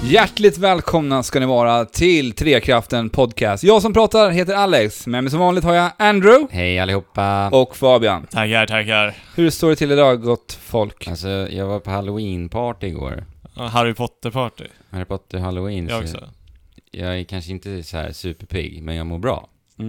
Hjärtligt välkomna ska ni vara till Trekraften podcast. Jag som pratar heter Alex, men som vanligt har jag Andrew. Hej allihopa. Och Fabian. Tackar. Hur står det till idag, gott folk? Alltså, jag var på Halloween-party igår. Harry Potter-party. Harry Potter Halloween. Jag också. Jag är kanske inte så här superpigg, men jag mår bra.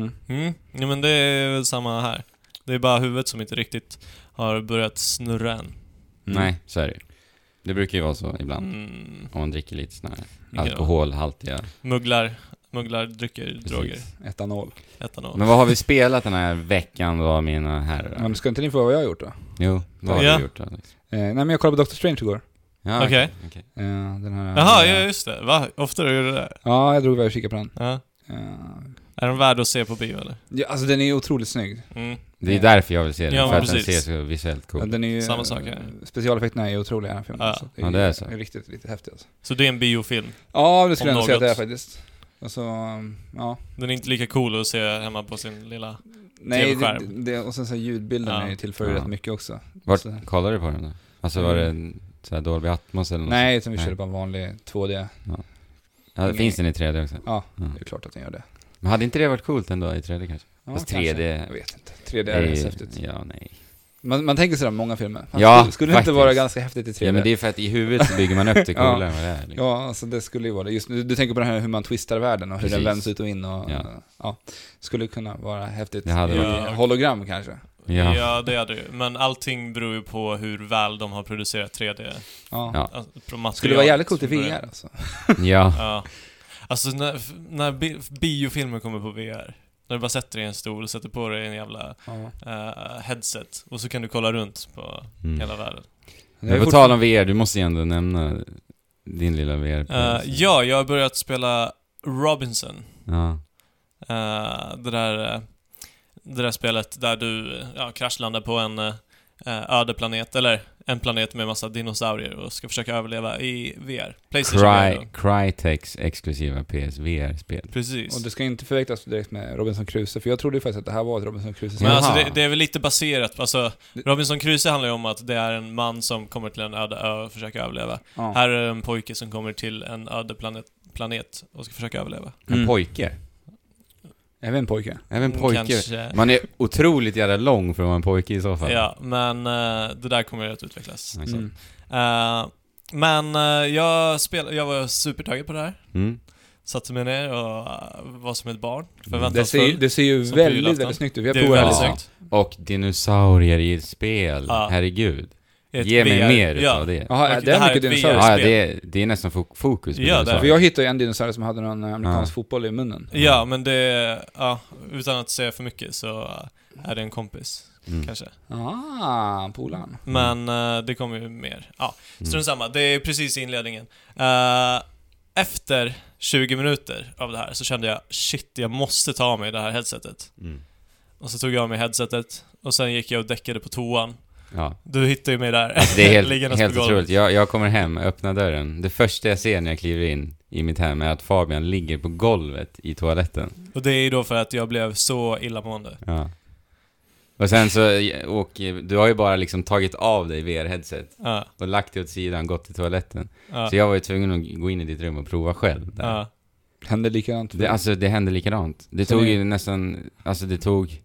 Ja, men det är väl samma här. Det är bara huvudet som inte riktigt har börjat snurra än. Nej, så är det. Det brukar ju vara så ibland. Om man dricker lite sån här alkoholhaltiga. Mugglar, drycker, Precis. droger. 1-0. Men vad har vi spelat den här veckan då, mina herrar? Men ska inte ni få vad jag har gjort då? Jo, vad har du gjort, Alex? Nej, men jag kollade på Doctor Strange igår. Ja, Okej. Den här, Jaha, ja, just det. Va? Ofta gör du det? Ja, jag drog iväg och kikade på den. Ja. Är den värd att se på bio, eller? Ja, alltså den är otroligt snygg. Det är därför jag vill se den, Ja, för att precis. den ser så visuellt cool. Ja, den är ju, Samma sak här. Specialeffekterna är otroliga i den här filmen. Ja. Så Ja, det är så. riktigt häftigt alltså. Så det är en biofilm. Ja, det skulle Om jag nog säga att det är något. faktiskt. Alltså, ja. Den är inte lika cool att se hemma på sin lilla... Nej, TV-skärm. det, och sen så här ljudbilden är ju tillför rätt mycket också. Vart Så. kollar du på den då? Alltså var det en så här Dolby Atmos eller något? Nej, utan vi körde bara en vanlig 2D. Ja, finns den i 3D också? Ja, det är klart att den gör det. Men hade inte det varit coolt ändå i 3D kanske? Ja, Fast kanske. 3D... Jag vet inte. 3D är så häftigt. Ja, nej. Man tänker sådär många filmer. Skulle det inte faktiskt vara ganska häftigt i 3D? Ja, men det är för att i huvudet så bygger man upp det coolare än vad det är. Liksom. Ja, alltså det skulle ju vara det. Just, du tänker på det här hur man twistar världen och hur Precis. den vänds ut och in och Ja. skulle kunna vara häftigt. Det hade varit- Hologram kanske. Ja, det är det ju. Men allting beror ju på hur väl de har producerat 3D. Ja. Material. Skulle vara jävligt coolt i VR alltså. Ja. Ja. Alltså när biofilmer kommer på VR, när du bara sätter dig i en stol och sätter på dig en jävla headset och så kan du kolla runt på hela världen. Men på tal om VR, du måste ju ändå nämna din lilla VR. Ja, jag har börjat spela Robinson. Ja. Det där spelet där du kraschlandar på en öde planet, eller en planet med massa dinosaurier och ska försöka överleva i VR. PlayStation VR då. Crytek's exklusiva PSVR-spel. Precis. Och det ska inte förväxlas direkt med Robinson Crusoe, för jag trodde ju faktiskt att det här var ett Robinson Crusoe. Men alltså Jaha. det är väl lite baserat, alltså Robinson Crusoe handlar ju om att det är en man som kommer till en öde ö och försöker överleva. Ja. Här är det en pojke som kommer till en öde planet och ska försöka överleva. En pojke. Även en pojke. Även pojke. Kanske. Man är otroligt jävla lång för att vara en pojke i så fall. Ja, men det där kommer att utvecklas. Mm. Men jag var supertaggad på det här. Mm. Satte mig ner och var som ett barn. Det ser ju Som väldigt, julafton. väldigt snyggt ut. Vi har Det är provat väldigt det. snyggt. Och dinosaurier i ett spel. Ja. Herregud. Ett Ge mig VR mer ja. av det. Jaha, Och det är här mycket är ett dinosaurier. VR-spel. Ja, det är nästan fokus på Ja, dinosaurier. För jag hittade ju en dinosaurie som hade någon amerikansk fotboll i munnen. Ja, men utan att säga för mycket så är det en kompis, kanske. Polaren. Men det kommer ju mer. Ja, strunt samma. Det är precis i inledningen. Efter 20 minuter av det här så kände jag, shit, jag måste ta av mig det här headsetet. Och så tog jag av mig headsetet och sen gick jag och däckade på toan. Ja. Du hittade ju mig där. Alltså, det är Liggandes helt på golvet. otroligt. Jag kommer hem, öppnar dörren. Det första jag ser när jag kliver in i mitt hem är att Fabian ligger på golvet i toaletten. Och det är ju då för att jag blev så illamående. Ja. Och sen så, och du har ju bara liksom tagit av dig VR-headset Ja. och lagt det åt sidan, gått till toaletten. Ja. Så jag var ju tvungen att gå in i ditt rum och prova själv där. Ja. Hände likadant. Det hände likadant. Det tog ju nästan, alltså det tog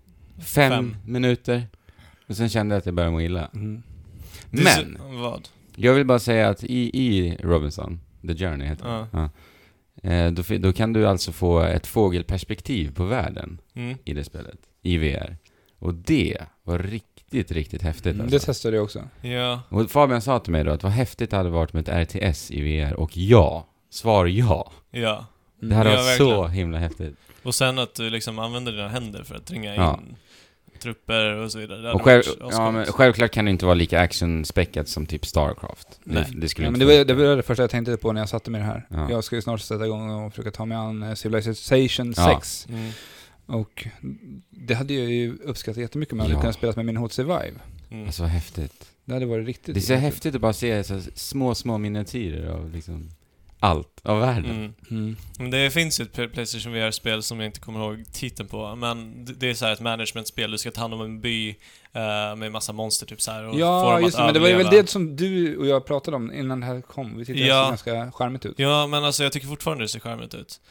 5 minuter. Och sen kände jag att jag började må illa. Men Vad? jag vill bara säga att i Robinson, The Journey heter det. Ja. Då kan du alltså få ett fågelperspektiv på världen i det spelet, i VR. Och det var riktigt häftigt alltså. Det testade jag också. Ja. Och Fabian sa till mig då att vad häftigt det hade varit med ett RTS i VR. Och svar ja. Ja. Det hade Ja, varit verkligen. så himla häftigt. Och sen att du liksom använder dina händer för att ringa Ja. in trupper och så vidare. Det Och hade varit ascoolt. men självklart kan det inte vara lika actionspäckat som typ Starcraft. Nej. Det skulle Ja, men inte det var det första jag tänkte på när jag satte mig det här. Ja. Jag ska ju snart sätta igång och försöka ta mig an Civilization 6. Ja. Och det hade jag ju uppskattat jättemycket om jag hade kunnat spela med min HTC Vive. Alltså vad häftigt. Det hade varit riktigt. Det är så häftigt att bara se så små miniatyrer av liksom allt av världen. Men det finns ju ett PlayStation VR-spel som jag inte kommer ihåg titeln på, men det är så här ett management-spel. Du ska ta hand om en by med massa monster typ så här. Och ja, just det, men det var ju väl det som du och jag pratade om innan det här kom. Vi tyckte det såg ganska charmigt ut. Ja, men alltså jag tycker fortfarande det ser charmigt ut.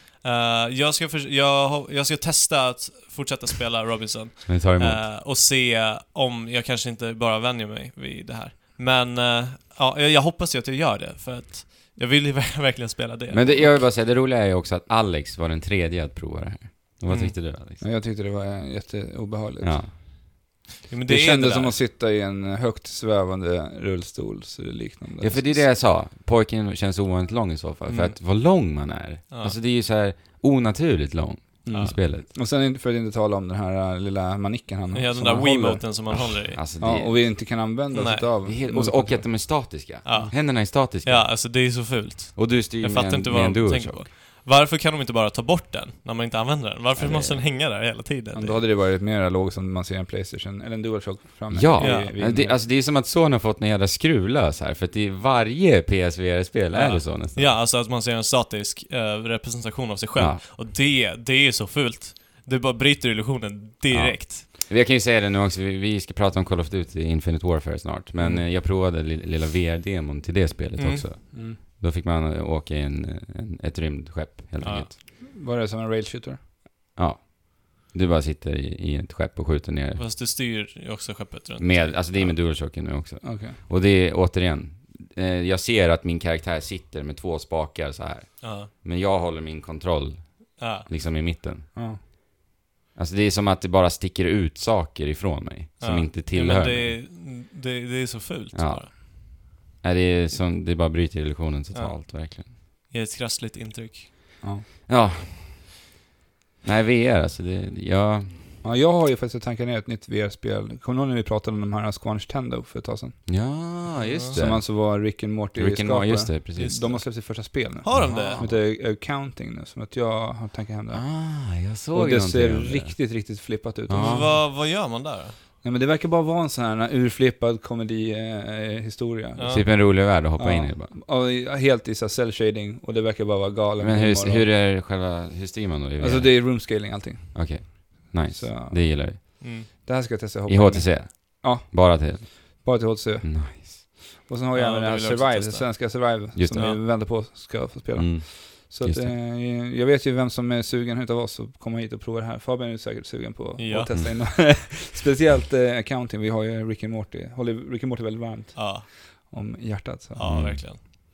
Jag ska testa att fortsätta spela Robinson. Och se om jag kanske inte bara vänjer mig vid det här. Men jag hoppas ju att jag gör det, för att jag vill ju verkligen spela det. Men jag vill bara säga, det roliga är ju också att Alex var den tredje att prova det här. Och vad tyckte du, Alex? Ja, jag tyckte det var jätteobehagligt. Ja. Ja, men det kändes som att sitta i en högt svävande rullstol så det liknande. Ja, för det är det jag sa. Pojken känns ovanligt lång i så fall. För att vad lång man är. Ja. Alltså det är ju så här onaturligt lång i spelet. Och sen för att inte tala om den här lilla manicken han har. Ja, den där Wiimoten som man håller i. Alltså och vi inte kan använda oss av. Och att de är statiska. Ja. Händerna är statiska. Ja, alltså det är så fult. Och du styr med en DualShock. Varför kan de inte bara ta bort den när man inte använder den? Varför måste den hänga där hela tiden? Då hade det varit mer låg som man ser en PlayStation eller en DualShock framme. Ja, det är som att Sony har fått en jävla skruvlös här. För att i varje PSVR-spel är det så nästan. Ja, alltså att man ser en statisk representation av sig själv. Ja. Och det är så fult. Det bara bryter illusionen direkt. Ja. Jag kan ju säga det nu också, vi ska prata om Call of Duty Infinite Warfare snart. Men jag provade lilla VR-demon till det spelet också. Mm. Då fick man åka i ett rymdskepp helt enkelt. Var det som en rail shooter? Ja. Du bara sitter i ett skepp och skjuter ner. Fast du styr ju också skeppet runt. Alltså det är med DualShocken nu också. Okay. Och det är återigen, jag ser att min karaktär sitter med 2 spakar så här. Men jag håller min kontroll liksom i mitten. Alltså det är som att det bara sticker ut saker ifrån mig som inte tillhör mig. Det är så fult bara. Det bara bryter illusionen totalt, verkligen. Ger ett krassligt intryck. Ja. Nej, VR, alltså Ja, jag har ju faktiskt tankat ner ett nytt VR-spel. Kommer du ihåg när vi pratade om de här Squanch Tendo för ett tag sedan? Ja, just det. Som alltså var Rick and Morty-skapare. Just det, precis. De har släppt sitt första spel nu. Har de det? Som heter Accounting nu, som att jag har tankat hem det. Jag såg och det ser riktigt, riktigt flippat ut. Vad gör man där? Nej, men det verkar bara vara en sån här urflippad komedi-historia. Typ en rolig värld att hoppa in i bara. Och helt i så cell shading, och det verkar bara vara galen. Men hur styr man då? Alltså det är room scaling allting. Okej. Nice. Så. Det gillar vi. Det här ska jag testa hoppa i HTC? Ja. Bara till HTC. Nice. Och sen har jag även det här Survive, det svenska Survive, just som vi väntar på ska få spela. Så att, jag vet ju vem som är sugen utav oss att komma hit och prova det här. Fabian är säkert sugen på att testa in. Speciellt accounting. Vi har ju Rick and Morty. Håller Rick and Morty väldigt varmt om hjärtat. Så. Ja, verkligen.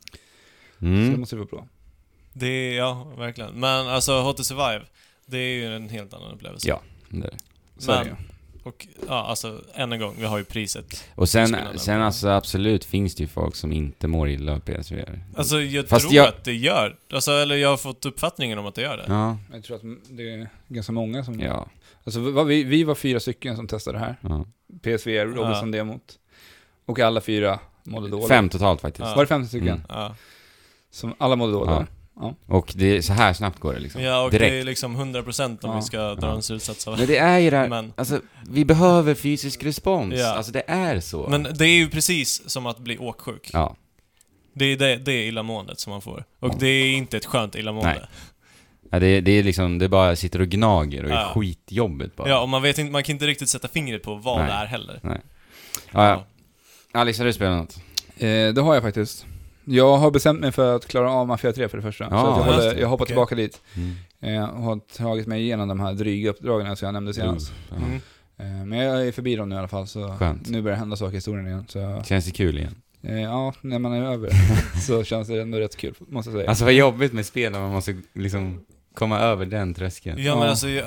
Så det måste vara bra. Verkligen. Men alltså HTC Vive, det är ju en helt annan upplevelse. Ja, det är det. Men, och alltså än en gång, vi har ju priset. Och sen alltså absolut finns det ju folk som inte mår illa av PSVR. Alltså jag tror att det gör. Alltså, eller jag har fått uppfattningen om att det gör det. Ja. Jag tror att det är ganska många som... Ja. Alltså vi var 4 stycken som testade det här. Ja. PSVR, Robinson-demot. Och alla 4 mådde dåligt. 5 totalt faktiskt. Var det 5 stycken? Ja. Som alla mådde dåligt. Ja. Ja. Och det är så här snabbt går det liksom. Ja, och direkt. Det är liksom 100% om vi ska dra en slutsats av. Men det är ju det här, alltså, vi behöver fysisk respons. Ja. Alltså det är så. Men det är ju precis som att bli åksjuk. Ja. Det är illamåendet som man får. Och det är inte ett skönt illamående. Nej. Ja, det är liksom, det bara sitter och gnager och är skitjobbigt bara. Ja, och man kan inte riktigt sätta fingret på vad det är heller. Nej. Ja. Alex, har du spelat något? Det har jag faktiskt. Jag har bestämt mig för att klara av Mafia 3 för det första. Så att jag hoppar tillbaka dit. Och har tagit mig igenom de här dryga uppdragen som jag nämnde senast. Men jag är förbi dem nu i alla fall. Så skönt. Nu börjar det hända saker i historien igen. Så. Känns det kul igen? Ja, när man är över så känns det ändå rätt kul, måste jag säga. Alltså vad jobbigt med spel när man måste liksom komma över den tröskeln. Ja, men alltså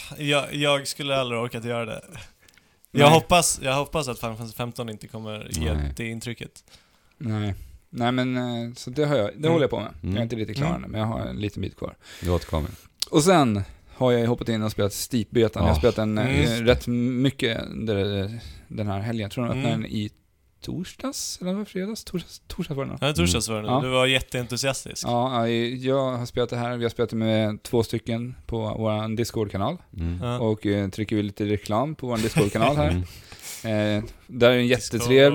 jag skulle aldrig orkat göra det. Jag hoppas att Final Fantasy 15 inte kommer ge det intrycket. Nej, men så det håller jag på med. Jag är inte riktigt klar än, men jag har en liten bit kvar. Du återkommer. Och sen har jag hoppat in och spelat Steep-betan. Jag har spelat den rätt mycket den här helgen. Jag tror jag öppnade den i torsdags, eller var det fredags? Torsdags var det nog. Ja, torsdags var det nog. Du var jätteentusiastisk. Ja, jag har spelat det här. Vi har spelat det med 2 stycken på vår Discord-kanal. Och trycker vi lite reklam på vår Discord-kanal här. Där är en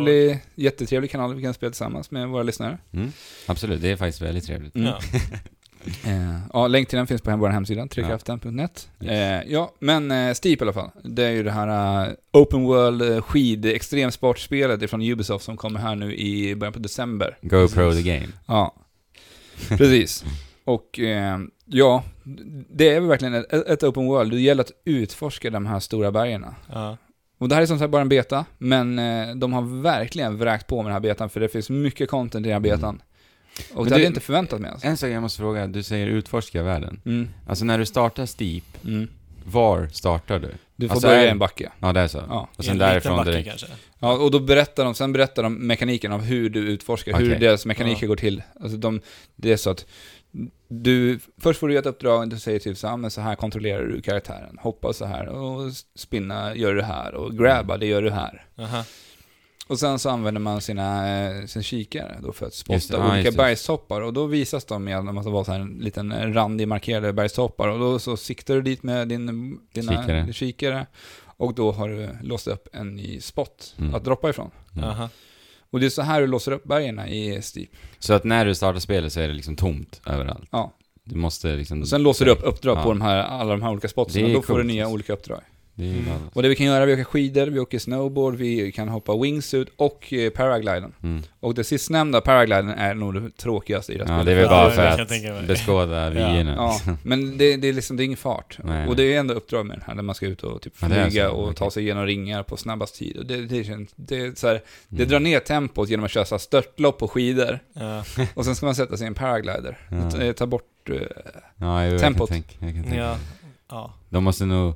jättetrevlig kanal vi kan spela tillsammans med våra lyssnare. Absolut, det är faktiskt väldigt trevligt. Ja. Ja, länk till den finns på vår hemsida, trekraften.net. Ja, men Steep i alla fall. Det är ju det här Open World extremsportspelet från Ubisoft som kommer här nu i början på december. GoPro the game. Ja, precis. Och ja, det är verkligen ett Open World. Det gäller att utforska de här stora bergen. Ja. Och det här är som sagt bara en beta, men de har verkligen vräkt på med den här betan, för det finns mycket content i den här betan. Och det hade jag inte förväntat mig. Alltså. En sak jag måste fråga, du säger utforska världen. Alltså när du startar Steep, var startar du? Du får börja i en backe. Ja, det är så. Ja. Och sen därifrån direkt. Kanske. Ja, och då berättar de mekaniken av hur du utforskar, hur deras mekaniker går till. Alltså det är så att först får du ett uppdrag, du säger typ så här, men så här kontrollerar du karaktären. Hoppa så här och spinna gör du här och grabba det gör du här. Och sen så använder man sin kikare då för att spotta olika bergstoppar, och då visas de genom att det var så här en liten randig markerade bergstoppar, och då så siktar du dit med din kikare, och då har du låst upp en ny spot att droppa ifrån. Och det är så här du låser upp bergen i Steep. Så att när du startar spelet så är det liksom tomt överallt. Ja. Du måste liksom... Och sen låser du upp uppdrag på alla de här olika spotsen, och då får du nya olika uppdrag. Och det vi kan göra, vi åker skidor, vi åker snowboard, vi kan hoppa wingsuit och paragliden. Och det sistnämnda, paragliden, är nog det tråkigaste i det spelet. Det är väl bara för att beskåda vyerna. Ja, men det är liksom, det är ingen fart. Nej. Och det är ändå uppdrag med den här, där man ska ut och typ flyga och ta sig igenom ringar på snabbast tid. Och det så här, det drar ner tempot genom att köra så här störtlopp på skidor. Och sen ska man sätta sig i en paraglider. Ta bort tempot. Jag kan tänka. De måste nog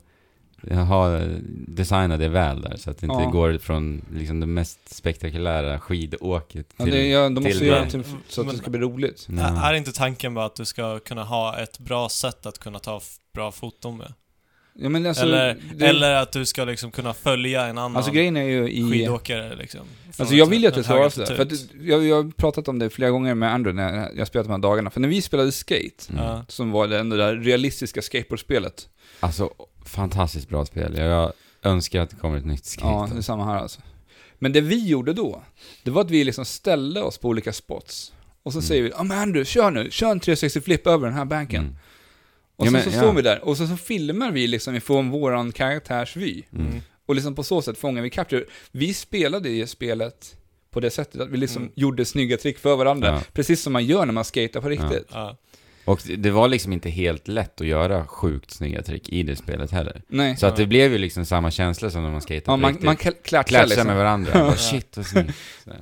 designa det väl där, så att det inte går från liksom det mest spektakulära skidåket till... de måste göra det så att det ska bli roligt. Är inte tanken bara att du ska kunna ha ett bra sätt att kunna ta bra foton med? Ja, men alltså, eller att du ska liksom kunna följa en annan grejen är ju skidåkare liksom. Alltså jag vill ju att det ska vara så, för att jag har pratat om det flera gånger med Andrew när jag spelat de här dagarna. För när vi spelade Skate, som var det där realistiska skateboardspelet. Alltså, fantastiskt bra spel. Jag önskar att det kommer ett nytt Skate. Ja, det är samma här alltså. Men det vi gjorde då, det var att vi liksom ställde oss på olika spots. Och så säger vi, men Andrew, kör en 360 flip över den här banken. Och så står vi där, och så filmar vi liksom ifrån våran karaktärsvy. Och liksom på så sätt fångar vi capture. Vi spelade i spelet på det sättet att vi liksom gjorde snygga trick för varandra. Precis som man gör när man skater på riktigt. Och det var liksom inte helt lätt att göra sjukt snygga trick i det spelet heller. Nej. Så att det blev ju liksom samma känsla som när man skater på riktigt. Man klatschar liksom med varandra. Shit, vad snyggt.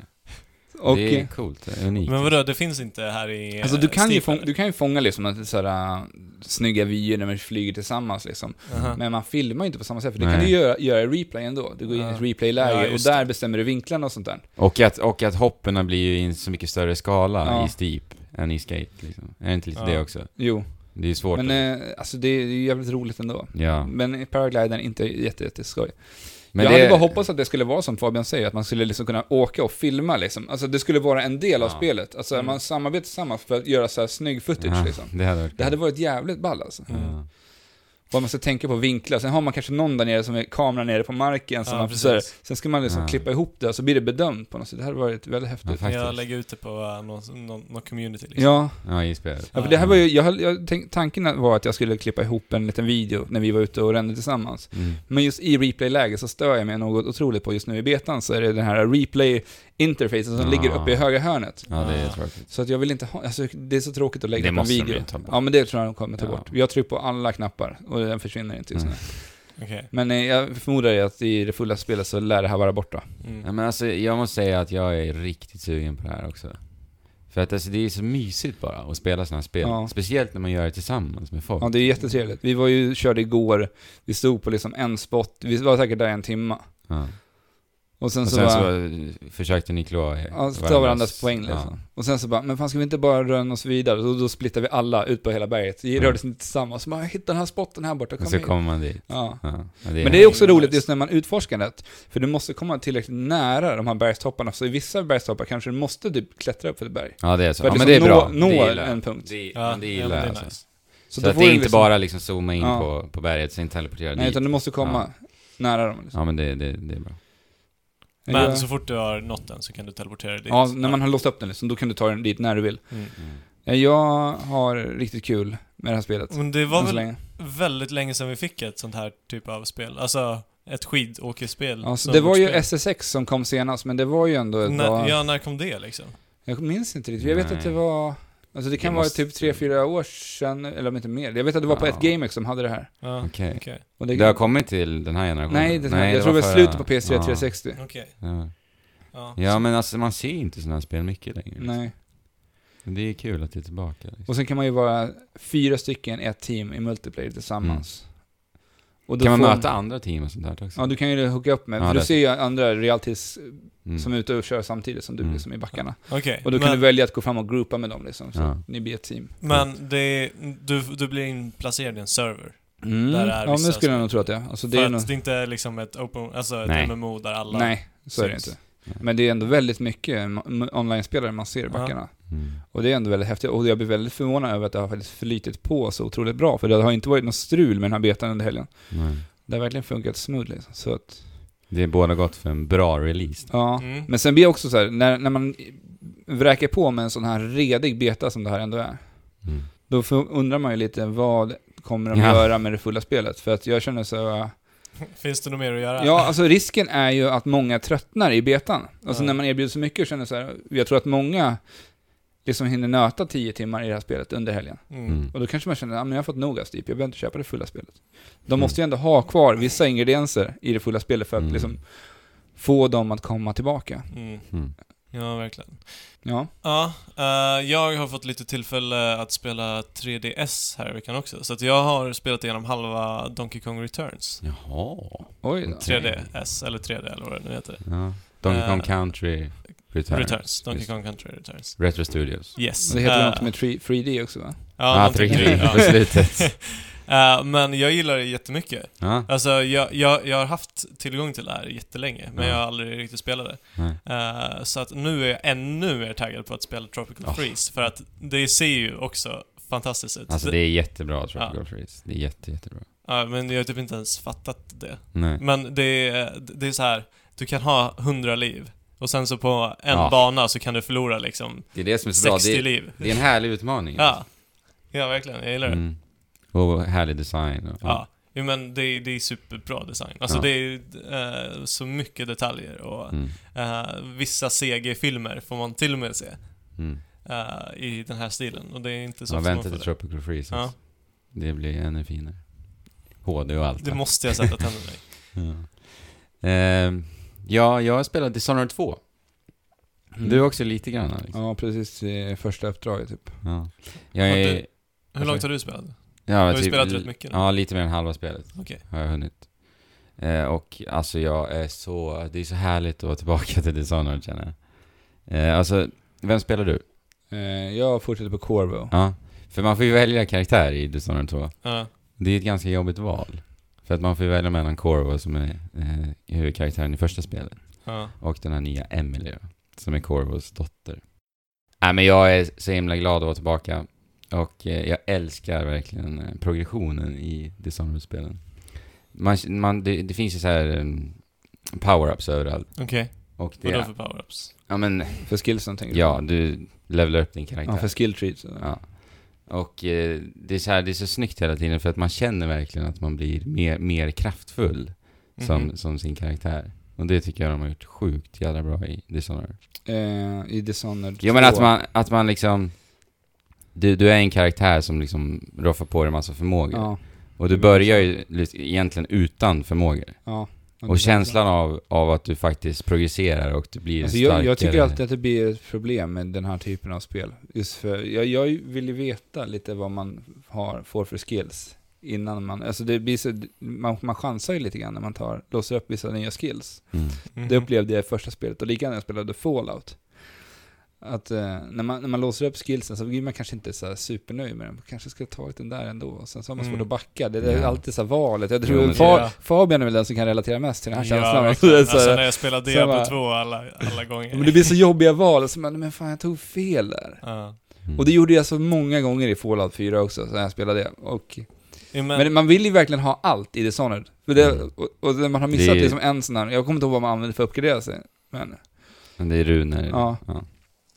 Det är coolt, det är unikt. Men vadå, det finns inte här i... Alltså du kan ju fånga liksom att sådär snygga vyer när man flyger tillsammans liksom. Men man filmar ju inte på samma sätt, för det kan du göra i replay ändå. Du går in i ett replay-läge och där bestämmer du vinklarna och sånt där. Och att hopperna blir ju i en så mycket större skala i Steep än i Skate liksom. Är det inte lite det också? Jo. Det är ju svårt. Men alltså det är ju jävligt roligt ändå. Ja. Men paragliden är inte jätteskoj. Men jag hade bara hoppats att det skulle vara som Fabian säger, att man skulle liksom kunna åka och filma liksom. Alltså det skulle vara en del av spelet. Alltså man samarbetar tillsammans för att göra så här snygg footage liksom. Det hade varit jävligt ball alltså. Vad man ska tänka på vinklar. Sen har man kanske någon där nere som är kameran nere på marken. Som sen ska man liksom klippa ihop det och så blir det bedömt på något sätt. Det hade varit väldigt häftigt. Jag lägger ut det på någon community liksom. Ja, i spelet. Ja, för det här var ju, tanken var att jag skulle klippa ihop en liten video när vi var ute och rände tillsammans. Men just i replay-läge så stör jag mig något otroligt på just nu i betan, så är det den här replay-interfacen som ligger uppe i högra hörnet. Ja, det är tråkigt. Så att jag vill inte ha, alltså det är så tråkigt att lägga upp en video. Ja, men det tror jag de kommer ta bort. Jag trycker på alla knappar och den försvinner inte just nu. Okay. Men jag förmodar att i det fulla spelet så lär det här vara borta. Ja, men alltså, jag måste säga att jag är riktigt sugen på det här också. För att alltså, det är så mysigt bara att spela sådana här spel. Speciellt när man gör det tillsammans med folk. Ja, det är jättetrevligt. Vi körde igår, vi stod på liksom en spot, vi var säkert där en timme. Och sen så försökte ni klå ta varandras poäng liksom. Och sen så bara, men fan ska vi inte bara röra oss vidare? Och då splittar vi alla ut på hela berget. Vi rörde oss inte tillsammans. Så bara, hitta den här spotten här borta. Och så kommer man dit. Men det är också roligt just när man utforskar det. För du måste komma tillräckligt nära de här bergstopparna. Så i vissa bergstoppar kanske du måste typ klättra upp för ett berg. Ja, det är så. För att men det är bra. Nå en punkt. Det gillar jag. Nice. Så att det är inte bara liksom zooma in på berget, sen teleportera dit. Nej, utan du måste komma nära dem. Liksom. Ja, men det är bra. Men så fort du har nått den så kan du teleportera dit. Ja, när man har låst upp den liksom, då kan du ta den dit när du vill. Jag har riktigt kul med det här spelet. Men det var väl väldigt länge sedan vi fick ett sånt här typ av spel. Alltså ett skidåkerspel. Alltså, det var ju SSX som kom senast, men det var ju ändå när kom det liksom? Jag minns inte riktigt. Jag vet att det var... Alltså det kan vara typ 3-4 år sedan, eller om inte mer. Jag vet att det var på ett GameX som hade det här. Okej. Det har kommit till den här generationen? Nej, jag tror det var slutet på PS3 360. Okej. Ja, men alltså man ser inte sådana här spel mycket längre. Nej. Men det är kul att det är tillbaka. Liksom. Och sen kan man ju vara 4 stycken i ett team i multiplayer tillsammans. Och då kan man möta andra team och sånt där också? Ja, du kan ju hooka upp med. För du ser ju andra realtids som är ute och kör samtidigt som du liksom i backarna. Och då kan du välja att gå fram och gruppa med dem liksom, så ni blir ett team. Men du blir inplacerad i en server. Där är men det skulle jag nog tro att det är. Alltså, det är det inte är liksom ett MMO där alla... Nej, så är det inte. Men det är ändå väldigt mycket online-spelare man ser i backarna. Och det är ändå väldigt häftigt. Och jag blir väldigt förvånad över att det har faktiskt flytit på så otroligt bra. För det har inte varit något strul med den här betan under helgen. Det har verkligen funkat smoothly. Så att... Det är båda gott för en bra release. Ja, men sen blir det också så här, när man vräker på med en sån här redig beta som det här ändå är. Då undrar man ju lite, vad kommer de göra med det fulla spelet? För att jag känner så... Finns det något mer att göra? Ja, alltså risken är ju att många tröttnar i betan. Alltså när man erbjuder så mycket, känner så här, jag tror att många liksom hinner nöta 10 timmar i det här spelet under helgen. Och då kanske man känner, men jag har fått nog av Steep, jag behöver inte köpa det fulla spelet. De måste ju ändå ha kvar vissa ingredienser i det fulla spelet för att liksom få dem att komma tillbaka. Ja, verkligen. Ja. Jag har fått lite tillfälle att spela 3DS här i veckan också. Så att jag har spelat igenom halva Donkey Kong Returns. Jaha. Oj då. 3DS, eller 3D eller vad det nu heter. Ja. Donkey Kong Country Returns. Donkey Kong Country Returns. Retro Studios. Yes. Det heter något med 3D också, va? Ja, 3D på slutet. Men jag gillar det jättemycket. Alltså, jag har haft tillgång till det här jättelänge, men jag har aldrig riktigt spelat det. Så att nu är jag ännu mer taggad på att spela Tropical Freeze, för att det ser ju också fantastiskt ut. Alltså det är jättebra, Tropical Freeze. Det är jättebra. Ja, men jag har typ inte ens fattat det. Nej. Men det är så här, du kan ha 100 liv. Och sen så på en bana så kan du förlora liksom det är det som är så 60 bra. liv. Det är en härlig utmaning. Ja, verkligen. Jag gillar det. Och härlig design. Ja, men det är superbra design. Alltså det är så mycket detaljer. Och vissa CG-filmer får man till och med se i den här stilen. Och det är inte så. Man väntar till Tropical Freeze. Ja. Det blir ännu finare. HD och allt. Det måste jag sätta tänderna i. Jag har spelat Dishonored 2. Du är också lite grann. Liksom. Ja, precis i första uppdraget typ. Ja. Hur långt har du spelat? Ja, har du spelat rätt mycket nu? Ja, lite mer än halva spelet. Okay. Har jag hunnit. Och alltså det är så härligt att vara tillbaka till Dishonored, känner jag. Alltså, vem spelar du? Jag fortsätter på Corvo. Ja, för man får ju välja karaktär i Dishonored 2. Ja. Det är ett ganska jobbigt val. För att man får ju välja mellan Corvo som är huvudkaraktären i första spelet. Och den här nya Emily som är Corvos dotter. Men jag är så himla glad att vara tillbaka. Och jag älskar verkligen progressionen i Dishonored-spelen. Det finns ju så här power-ups överallt. Okej. Och vadå för power-ups? Ja, men för skillsen tänker du? Ja, du levelar upp din karaktär. Ja, för skill trees. Ja. Och det är så snyggt hela tiden för att man känner verkligen att man blir mer kraftfull som sin karaktär. Och det tycker jag de har gjort sjukt jävla bra i Dishonored. I Dishonored 2. Jo, men att man liksom du är en karaktär som liksom roffar på dig en massa förmågor. Ja. Och du börjar ju egentligen utan förmågor. Ja. Och känslan av att du faktiskt progresserar och du blir starkare. Jag tycker alltid att det blir ett problem med den här typen av spel. Just för jag vill ju veta lite vad man får för skills innan man... Alltså det blir så, man chansar ju lite grann när man låser upp vissa nya skills. Det upplevde jag i första spelet och likadant när jag spelade Fallout. Att när man låser upp skillsen så blir man kanske inte så supernöjd med den. Man kanske ska ta den där ändå. Och sen så har man svårt att backa. Det är alltid så valet. Jag tror Fabian är väl den som kan relatera mest till den här känslan. Alltså när jag spelade Diablo 2 alla gånger. Men det blir så jobbiga val. Så men fan, jag tog fel där. Och det gjorde jag så många gånger i Fallout 4 också. Så jag spelade det. Och... Men man vill ju verkligen ha allt i Dishonored. För det, och man har missat liksom en sån här... Jag kommer inte ihåg vad man använder för att uppgradera sig. Men det är runor. Ja.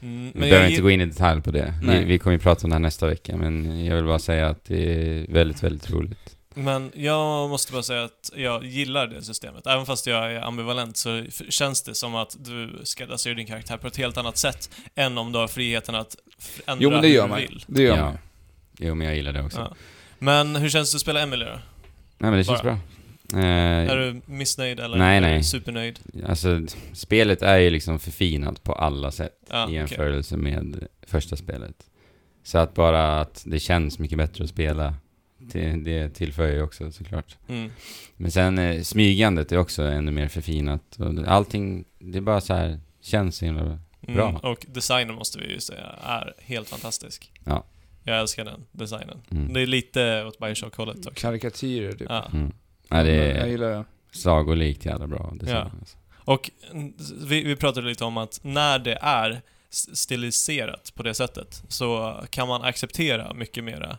Vi behöver inte gå in i detalj på det. Vi kommer ju prata om det här nästa vecka, men jag vill bara säga att det är väldigt, väldigt roligt. Men jag måste bara säga att jag gillar det systemet. Även fast jag är ambivalent så känns det som att du skräddarsyr din karaktär på ett helt annat sätt än om du har friheten att ändra hur du vill. Det gör man. Jo, men jag gillar det också. Ja. Men hur känns det att spela Emily då? Nej, men det känns bra. Är du missnöjd eller är du supernöjd? Alltså, spelet är ju liksom förfinat på alla sätt i jämförelse med första spelet. Så att bara att det känns mycket bättre att spela, det tillför ju också såklart. Men sen smygandet är också ännu mer förfinat. Och allting, det är bara så här, känns så himla bra. Och designen måste vi ju säga är helt fantastisk. Ja. Jag älskar den designen. Det är lite åt Bioshock-hållet också. Karikatyrer typ. Ja, det är jag gillar det. Sagolikt jävla bra design. Ja. Alltså. Och vi pratade lite om att när det är stiliserat på det sättet så kan man acceptera mycket mera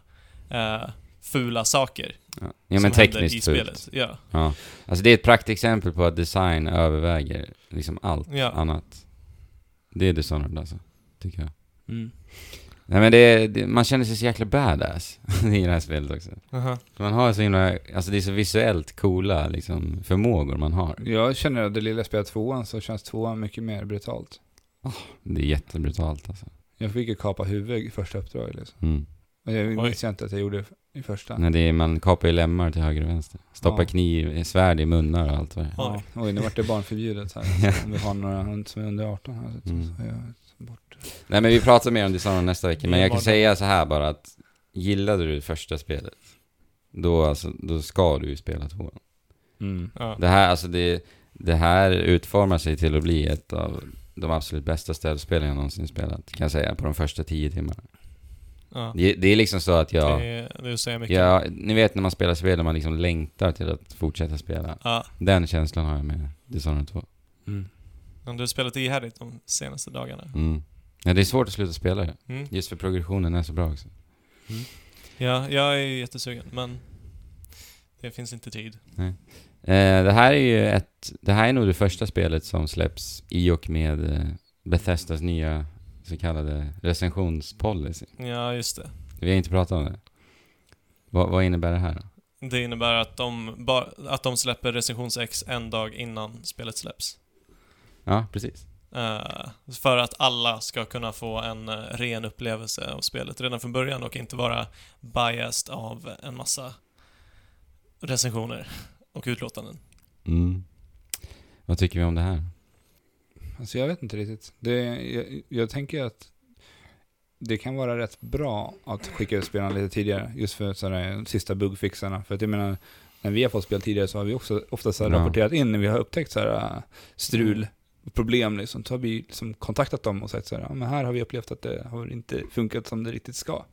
fula saker. Ja, men tekniskt i spelet. Ja. Alltså det är ett praktexempel på att design överväger liksom allt annat. Det är Dishonored alltså, tycker jag. Nej, men man känner sig så jäkla badass i det här spelet också. Man har så himla, alltså det är så visuellt coola liksom, förmågor man har. Jag känner att det lilla spelet 2:an så känns 2:an mycket mer brutalt. Det är jättebrutalt alltså. Jag fick ju kapa huvud i första uppdraget liksom. Och jag minns inte att jag gjorde i första. Nej, man kapar ju lemmar till höger och vänster. Stoppar kniv, svärd i munnar och allt vad det är. Oj, nu vart det barnförbjudet här. Om vi har några som är under 18 här så jag bort. Nej, men vi pratar mer om Dishonored nästa vecka. Men jag kan säga så här bara att gillade du första spelet, då ska du ju spela 2:an. Det här, alltså det här utformar sig till att bli ett av de absolut bästa ställspelen jag någonsin spelat, kan jag säga, på de första 10 timmarna. Det är liksom så att det säger mycket. Ni vet när man spelar spel och man liksom längtar till att fortsätta spela. Den känslan har jag med Dishonored 2. Du har spelat ihärdigt de senaste dagarna. Ja, det är svårt att sluta spela det. Just för progressionen är så bra också. Ja, jag är jättesugen, men det finns inte tid. Nej. Det här är nog det första spelet som släpps i och med Bethesdas nya så kallade recensionspolicy. Ja, just det. Vi har inte pratat om det. Vad innebär det här då? Det innebär att de släpper recensions-X en dag innan spelet släpps. Ja, precis. För att alla ska kunna få en ren upplevelse av spelet redan från början och inte vara biased av en massa recensioner och utlåtanden. Vad tycker vi om det här? Alltså jag vet inte riktigt. Jag tänker att det kan vara rätt bra att skicka ut spelarna lite tidigare, just för sådär sista bugfixarna. För att jag menar, när vi har fått spel tidigare så har vi också ofta rapporterat in när vi har upptäckt sådär strul, problem liksom. Så har vi liksom kontaktat dem och sagt sådär, men här har vi upplevt att det har inte funkat som det riktigt ska.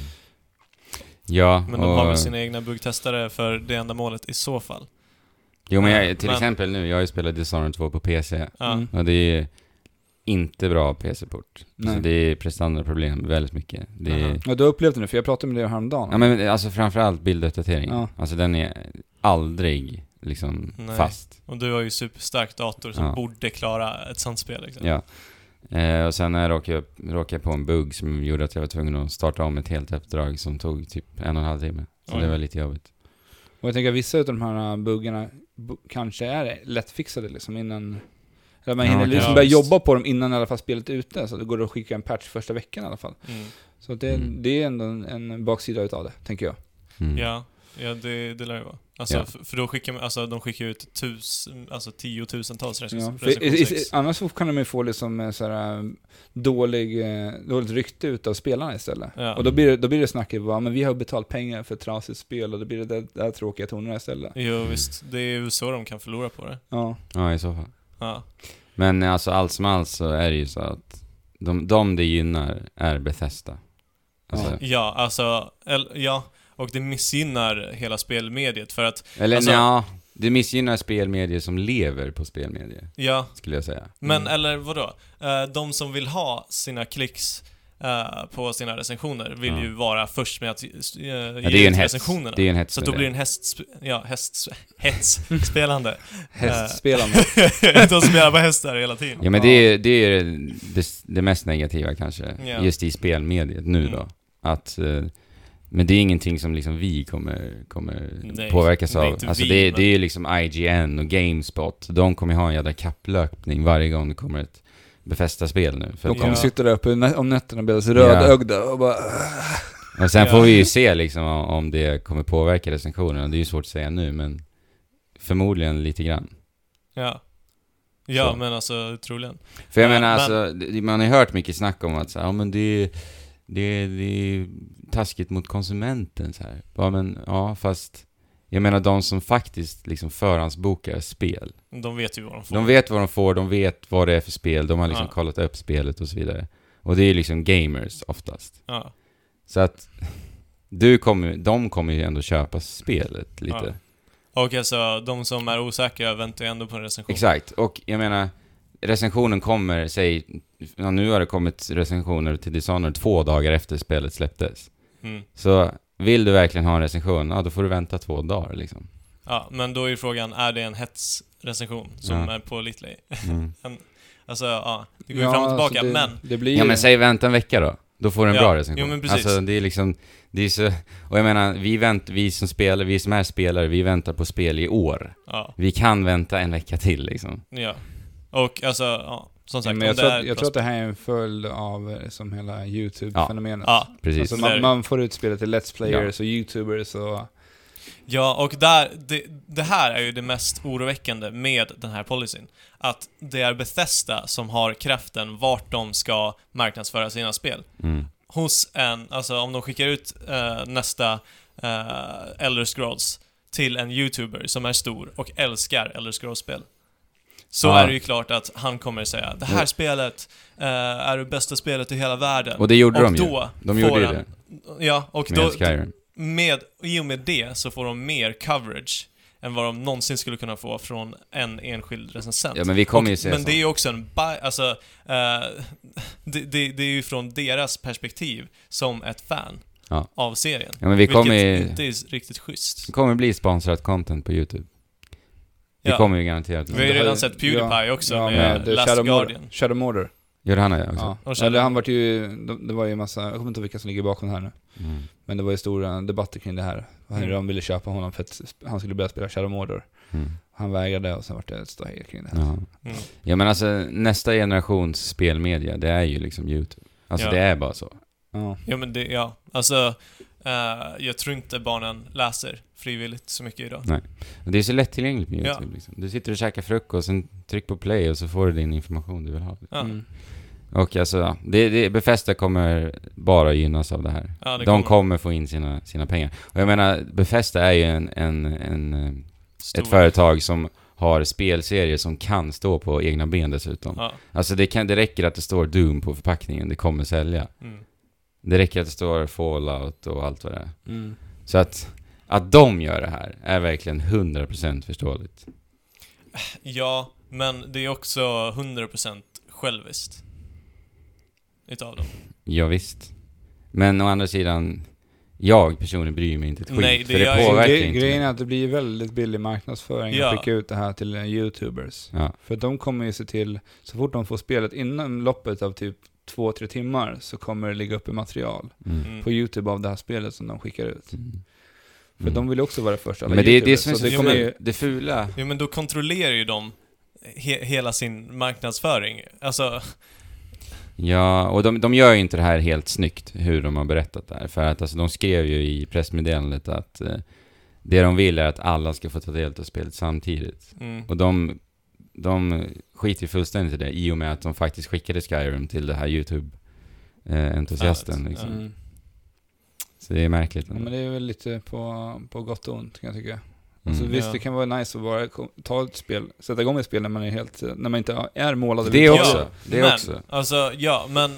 Ja, men de har väl sina egna bugtestare för det enda målet i så fall. Jo, men till exempel nu, jag har ju spelat Dishonored 2 på PC. Och det är inte bra PC-port. Alltså det är prestandaproblem väldigt mycket. Ja, du upplevde det, för jag pratade med dig häromdagen. Ja, men alltså framförallt bilduppdatering. Alltså den är aldrig liksom fast. Och du har ju superstark dator som borde klara ett sånt spel liksom. Ja. Och sen råkade jag på en bugg som gjorde att jag var tvungen att starta om ett helt uppdrag som tog typ 1,5 timme. Så det var lite jobbigt. Och jag tänker att vissa av de här buggarna kanske är lättfixade liksom innan, eller man hinner liksom börja jobba på dem innan i alla fall spelet är ute, så det går att skicka en patch första veckan i alla fall. Så det är ändå en baksida utav det, tänker jag. Ja, det lär det vara. Alltså, för då skickar de skickar ut 10,000-tals recensioner. Annars kan de ju få liksom såhär dåligt rykte ut av spelarna istället. Och då blir det snacket men vi har betalt pengar för ett trasigt spel, och då blir det där tråkiga tonerna istället. Jo, visst. Det är ju så de kan förlora på det. Ja, i så fall. Men alltså allt som allt så är det ju så att de det gynnar är Bethesda. Alltså, och det missgynnar hela spelmediet för att... det missgynnar spelmedier som lever på spelmedier. Ja. Skulle jag säga. Men eller vadå? De som vill ha sina klicks på sina recensioner vill ju vara först med att ge ut recensionerna. Det är en hets. Så då blir det en hästspelande. Hästspelande. De spelar på hästar hela tiden. Ja, men det är det mest negativa kanske. Just i spelmediet nu då. Att... Men det är ingenting som liksom vi kommer påverkas av. Alltså det är ju liksom IGN och GameSpot. De kommer ha en jävla kapplöpning varje gång det kommer ett Bethesda-spel nu. De kommer sitta där uppe om nätterna och bli rödögda och bara... Och sen får vi ju se liksom om det kommer påverka recensionerna. Det är ju svårt att säga nu, men förmodligen lite grann. Ja, men alltså troligen. För jag menar, alltså, man har hört mycket snack om att så här, men det är taskigt mot konsumenten så här. Ja, men fast jag menar de som faktiskt liksom förhandsbokar spel. De vet ju vad de får. De vet vad de får, de vet vad det är för spel, de har liksom kollat upp spelet och så vidare. Och det är liksom gamers oftast. Så att de kommer ju ändå köpa spelet lite. Och alltså de som är osäkra väntar ju ändå på en recension. Exakt, och jag menar recensionen kommer, nu har det kommit recensioner till Dishonored 2 dagar efter spelet släpptes. Så vill du verkliligen ha en recension, då får du vänta 2 dagar liksom. Ja, men då är frågan, är det en hetsrecension som är på Litley? Alltså, det går ju fram och tillbaka, alltså men... Det blir ja, men säg vänta en vecka då. Då får du en bra recension. Jo, men precis. Alltså, det är liksom... Det är så, och jag menar, vi som är spelare, vi väntar på spel i år. Vi kan vänta en vecka till liksom. Ja. Och alltså, som sagt, men jag tror att det här är en följd av som hela YouTube-fenomenet. Ja, precis. Alltså man får ut spelet till Let's Players och YouTubers och... Ja, och det här är ju det mest oroväckande med den här policyn. Att det är Bethesda som har kraften vart de ska marknadsföra sina spel. Hos alltså om de skickar ut nästa Elder Scrolls till en YouTuber som är stor och älskar Elder Scrolls-spel, så är det ju klart att han kommer säga det här spelet är det bästa spelet i hela världen. Och det gjorde och de ju. De gjorde ju det. Ja, och med då Skyrim. i och med det så får de mer coverage än vad de någonsin skulle kunna få från en enskild recensent. Ja, men vi kommer ju se men det är ju också alltså det är ju från deras perspektiv som ett fan av serien. Ja, men vi kommer inte är riktigt schysst. Det kommer bli sponsrat content på YouTube. Det kommer ju garanterat. Vi har ju redan sett PewDiePie också med Last Guardian. Shadow Mordor. Gör han det också? Eller han var ju, det var ju massa, jag kommer inte ihåg vilka som ligger bakom det här nu. Men det var ju stora debatter kring det här. De ville köpa honom för att han skulle börja spela Shadow Mordor. Han vägrade och sen var det ett ståhej kring det här. Ja, men alltså nästa generations spelmedia, det är ju liksom YouTube. Alltså det är bara så. Ja, men alltså jag tror inte barnen läser frivilligt så mycket idag. Nej. Det är så lättillgängligt med YouTube liksom. Du sitter och käkar frukost, sen tryck på play och så får du din information du vill ha. Och alltså, Bethesda kommer bara gynnas av det här. De kommer få in sina pengar. Och jag menar, Bethesda är ju ett företag som har spelserier som kan stå på egna ben dessutom. Alltså det räcker att det står Doom på förpackningen, det kommer sälja. Det räcker att det står Fallout och allt vad det är. Så att de gör det här är verkligen 100% förståeligt. Ja, men det är också 100% själviskt utav dem. Ja, visst. Men å andra sidan, jag personligen bryr mig inte ett skit. Nej, för det påverkar inte. Grejen är att det blir väldigt billig marknadsföring att skicka ut det här till YouTubers. För de kommer ju se till, så fort de får spelet inom loppet av typ 2-3 timmar så kommer det ligga upp i material på YouTube av det här spelet som de skickar ut. För de vill också vara först. Men det är det som är det fula. Jo, men då kontrollerar ju de hela sin marknadsföring. Alltså... Ja, och de gör ju inte det här helt snyggt hur de har berättat det här. För att alltså, de skrev ju i pressmeddelandet att det de vill är att alla ska få ta del av spelet samtidigt. Och de skiter ju fullständigt i det i och med att de faktiskt skickade Skyrim till det här YouTube-entusiasten liksom. Så det är märkligt. Ja, men det är väl lite på gott och ont, kan jag tycka. Alltså, visst, det kan vara nice att bara ta ett spel, sätta igång ett spel när man inte är målad. Det också. Alltså, men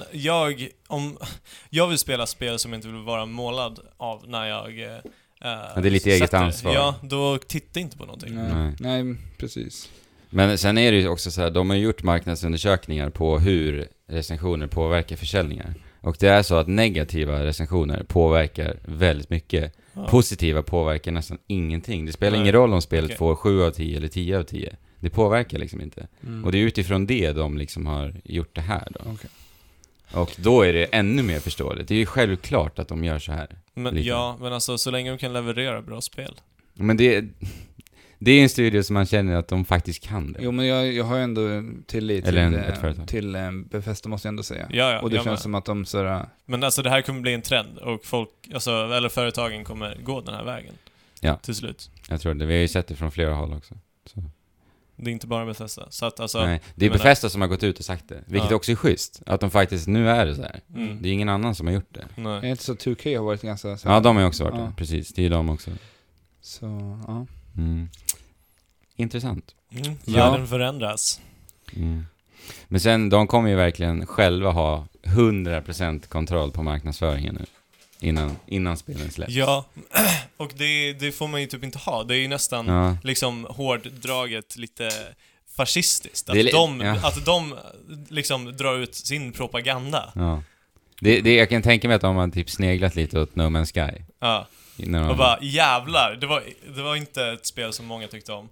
jag vill spela spel som inte vill vara målad av när jag det är lite eget ansvar. Ja, då titta inte på någonting. Nej, precis. Men sen är det ju också så här, de har gjort marknadsundersökningar på hur recensioner påverkar försäljningar. Och det är så att negativa recensioner påverkar väldigt mycket. Positiva påverkar nästan ingenting. Det spelar ingen roll om spelet får 7 av 10 eller 10 av 10. Det påverkar liksom inte. Och det är utifrån det de liksom har gjort det här då. Okay. Och då är det ännu mer förståeligt. Det är ju självklart att de gör så här. Men, men alltså så länge de kan leverera bra spel. Men det är en studio som man känner att de faktiskt kan det. Jo, men jag har ändå tillit till Bethesda, måste jag ändå säga. Ja, och det känns som att de sådär... Men alltså det här kommer bli en trend och folk, alltså, eller företagen kommer gå den här vägen. Ja. Till slut. Jag tror det. Vi har ju sett det från flera håll också. Så. Det är inte bara Bethesda. Så att, alltså, nej, det är Bethesda som har gått ut och sagt det. Vilket också är schysst. Att de faktiskt, nu är det så här. Det är ingen annan som har gjort det. Nej. Det är inte så 2K har varit ganska... Ja, de har ju också varit det. Precis, det är de också. Så, ja. Intressant. Världen förändras. Men sen, de kommer ju verkligen själva ha 100% kontroll på marknadsföringen nu. Innan spelen släpps. Ja, och det får man ju typ inte ha. Det är ju nästan liksom hårddraget lite fascistiskt. Att de liksom drar ut sin propaganda. Ja. Jag kan tänka mig att de har typ sneglat lite åt No Man's Sky. Ja. Och bara, jävlar, det var inte ett spel som många tyckte om.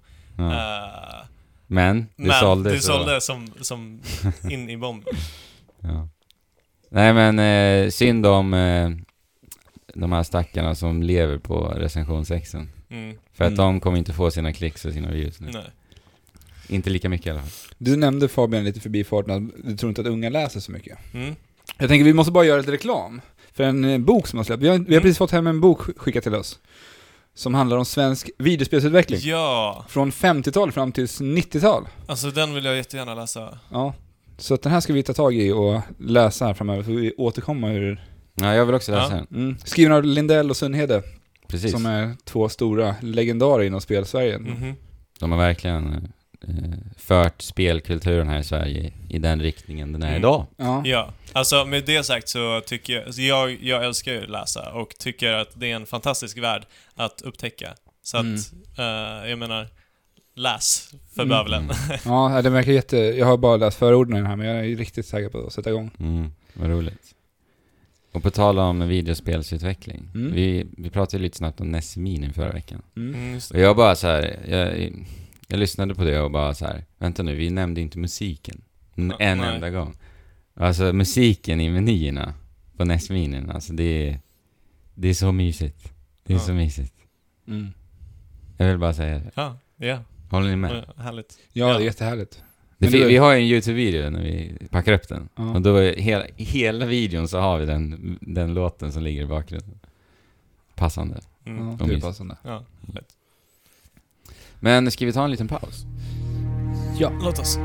Men det sålde som in i bomben. Ja. Nej, men synd om de här stackarna som lever på recension 6. För att de kommer inte få sina klicks och sina views nu. Nej. Inte lika mycket i alla fall. Du nämnde, Fabian, lite förbi farten att du tror inte att unga läser så mycket. Jag tänker vi måste bara göra ett reklam för en bok som har släppt. Vi har precis fått hem en bok skickat till oss som handlar om svensk videospelsutveckling. Ja. Från 50-tal fram till 90-tal. Alltså den vill jag jättegärna läsa. Ja. Så att den här ska vi ta tag i och läsa här framöver. För vi återkomma hur... Ja, jag vill också läsa den. Skriven av Lindell och Sundhede. Precis. Som är 2 stora legendarer inom spelsverige. De har verkligen fört spelkulturen här i Sverige i den riktningen den är idag. Ja, alltså med det sagt så tycker jag, alltså jag älskar ju att läsa och tycker att det är en fantastisk värld att upptäcka. Så att, jag menar, läs för bövelen. Ja, det verkar jag har bara läst förorden i den här, men jag är riktigt säker på att sätta igång. Vad roligt. Och på tal om videospelsutveckling. Vi pratade lite snabbt om NES Mini förra veckan. Och jag bara så här, jag lyssnade på det och bara så här, vänta nu, vi nämnde inte musiken en enda gång. Alltså musiken i menyerna på NES Mini, alltså det är så mysigt. Det är så mysigt. Jag vill bara säga det. Ja. Håller ni med? Härligt. Ja, det är jättehärligt. Vi har ju en YouTube-video när vi packar upp den. Och då hela videon så har vi den låten som ligger i bakgrunden. Passande. Det är passande. Ja, lätt. Men ska vi ta en liten paus? Ja, låt oss.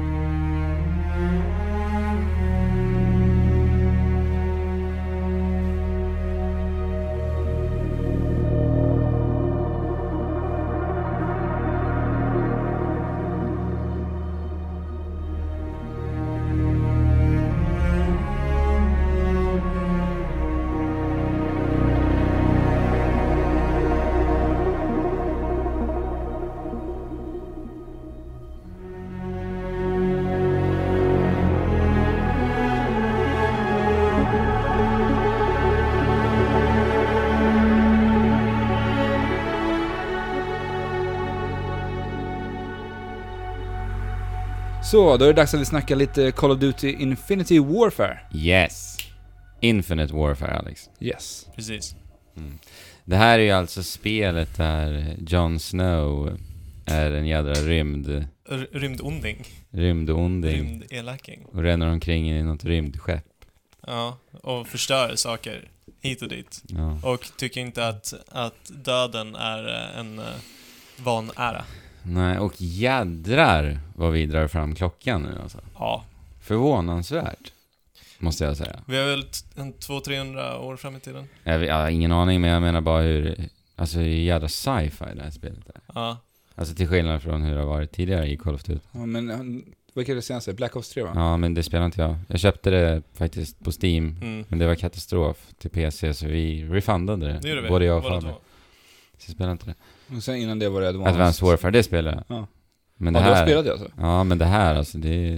Så, då är det dags att vi snackar lite Call of Duty Infinity Warfare. Yes. Infinite Warfare, Alex. Yes. Precis. Det här är ju alltså spelet där Jon Snow är en jädra Rymdonding. Rymdelaking. Och ränner omkring i något rymdskepp. Ja, och förstör saker hit och dit. Ja. Och tycker inte att döden är en vanära. Nej, och jädrar vad vi drar fram klockan nu alltså. Ja. Förvånansvärt, måste jag säga. Vi har väl 200-300 år fram i tiden? Jag har ingen aning, men jag menar bara hur jädra sci-fi det här spelet är. Ja. Alltså till skillnad från hur det har varit tidigare i Call of Duty. Ja, men vad kan det senast? Black Ops 3, va? Ja, men det spelar inte jag. Jag köpte det faktiskt på Steam, men det var katastrof till PC, så vi refundade det. Det gjorde vi. Både jag och Fabian. Så jag spelade inte det. Och sen innan det var det Advanced Warfare, det spelade jag. Ja. Men det det här, här, du har spelat det alltså? Ja, men det här alltså, det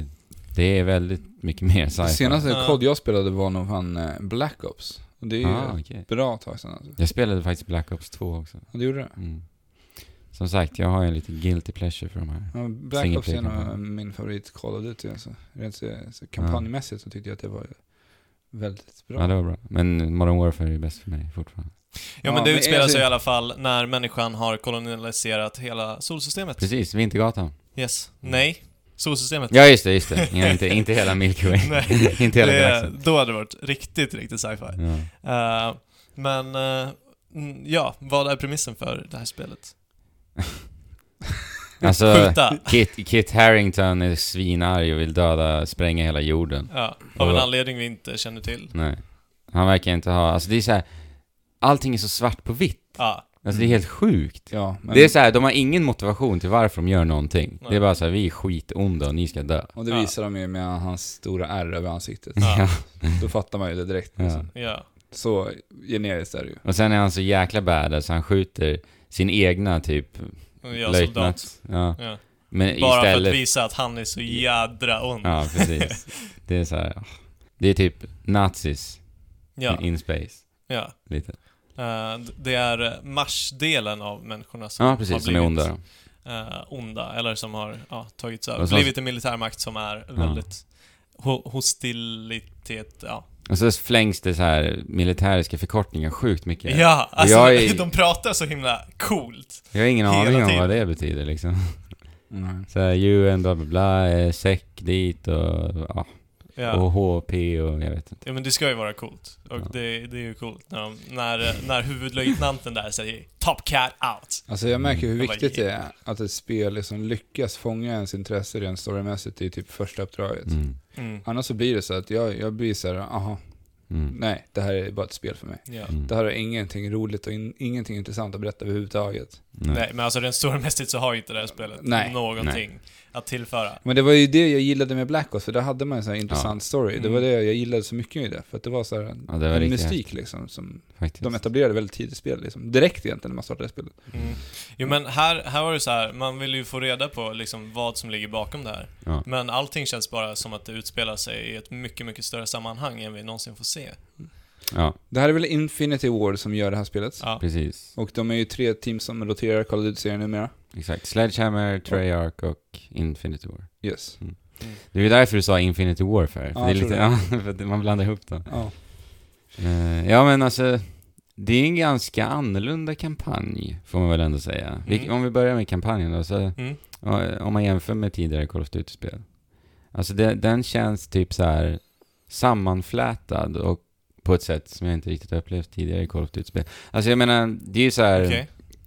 Det är väldigt mycket mer sci-fi. Senaste kod jag spelade var nog Black Ops. Och det är ju bra tag sedan. Alltså. Jag spelade faktiskt Black Ops 2 också. Ja, det gjorde det? Som sagt, jag har en lite guilty pleasure för de här. Ja, Black Ops är nog min favorit Call of Duty. Alltså. Rent så kampanjmässigt så tyckte jag att det var väldigt bra. Ja, det var bra. Men Modern Warfare är bäst för mig fortfarande. Ja, men det utspelar sig i alla fall när människan har kolonialiserat hela solsystemet. Precis, Vintergatan. Yes. Nej, solsystemet. Ja, just det. Inte hela Milky Way. Nej, inte hela galaxen. Då hade det varit riktigt sci-fi. Ja. Men vad är premissen för det här spelet? Alltså, Kit Harington är svinarg och vill spränga hela jorden. Ja, av en anledning vi inte känner till. Nej, han verkar inte ha... Alltså det är så här, allting är så svart på vitt. Ja. Alltså det är helt sjukt. Ja, men... Det är så här, de har ingen motivation till varför de gör någonting. Nej. Det är bara så här, vi är skitonda och ni ska dö. Och det visar de ju med hans stora ärr över ansiktet. Ja. Då fattar man ju det direkt. Liksom. Ja. Så generiskt är det ju. Och sen är han så jäkla badass, han skjuter sin egna typ löjtnant. Ja. Men bara istället... för att visa att han är så jädra ond. Ja, precis. Det är så här, det är typ nazis in space. Ja. Lite. Det är Mars-delen av människorna som har blivit som är onda. Onda, eller som har tagits över. Blivit en militärmakt som är väldigt hostilitet, Och så flängs det så här militäriska förkortningar sjukt mycket. Ja, alltså de pratar så himla coolt. Jag har ingen aning om vad det betyder liksom. Så här, UN, bla bla bla, SEC dit och och HP och jag vet inte. Ja, men det ska ju vara coolt. Och det är ju coolt när huvudlöjtnanten där säger Top Cat out. Alltså jag märker hur viktigt det är att ett spel liksom lyckas fånga ens intresse rent storymässigt i typ första uppdraget. Annars så blir det så att jag blir så här, nej, det här är bara ett spel för mig. Det här är ingenting roligt och ingenting intressant att berätta överhuvudtaget. Nej, men alltså rent storymässigt så har ju inte det här spelet någonting att tillföra. Men det var ju det jag gillade med Black Ops, för där hade man en sån här intressant story. Det var det jag gillade så mycket i det, för att det var så här en mystik liksom, som faktiskt de etablerade väldigt tidigt i spel liksom. Direkt egentligen när man startade spelet. Jo, men här var det så här, man vill ju få reda på liksom vad som ligger bakom det här. Men allting känns bara som att det utspelar sig i ett mycket, mycket större sammanhang än vi någonsin får se. Ja. Det här är väl Infinity Ward som gör det här spelet. Ja. Precis. Och de är ju 3 team som roterar Call of Duty-serien numera. Exakt. Sledgehammer, Treyarch och Infinity War. Yes. Det är ju därför du sa Infinity Warfare. För det är lite, för att man blandar ihop dem. Ja, men alltså det är en ganska annorlunda kampanj, får man väl ändå säga. Om vi börjar med kampanjen då, så om man jämför med tidigare Call of Duty-spel. Alltså den känns typ så här sammanflätad och på ett sätt som jag inte riktigt upplevt tidigare i Call of Duty-spel. Alltså jag menar, det är ju så här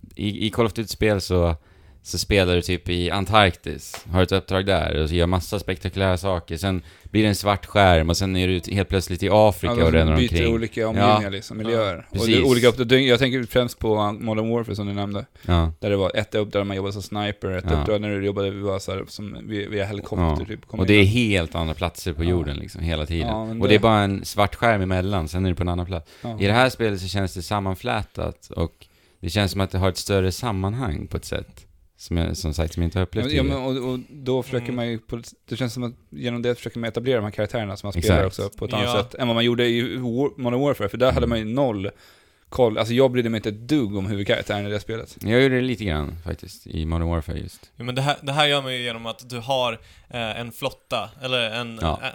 i Call of Duty-spel så spelar du typ i Antarktis, har ett uppdrag där och så gör massa spektakulära saker. Sen blir det en svart skärm och sen är du helt plötsligt i Afrika och ränner omkring. Byter olika omgivningar liksom, miljöer. Och det är olika uppdrag. Jag tänker främst på Modern Warfare som du nämnde. Där det var ett uppdrag där man jobbade som sniper, ett uppdrag när du jobbade var så här, som via helikopter typ. Och det är helt andra platser på jorden liksom, hela tiden. Och det är bara en svart skärm emellan, sen är du på en annan plats. I det här spelet så känns det sammanflätat och det känns som att det har ett större sammanhang på ett sätt. Som jag inte har upplevt. Ja, men och då försöker man ju det känns som att genom det försöker man etablera de här karaktärerna som man spelar också på ett annat sätt än vad man gjorde i Modern Warfare, för där hade man ju noll koll. Alltså jag brydde mig inte ett dugg om huvudkaraktären i det spelet. Jag gjorde det lite grann faktiskt i Modern Warfare just. Ja, men det här gör man ju genom att du har en flotta eller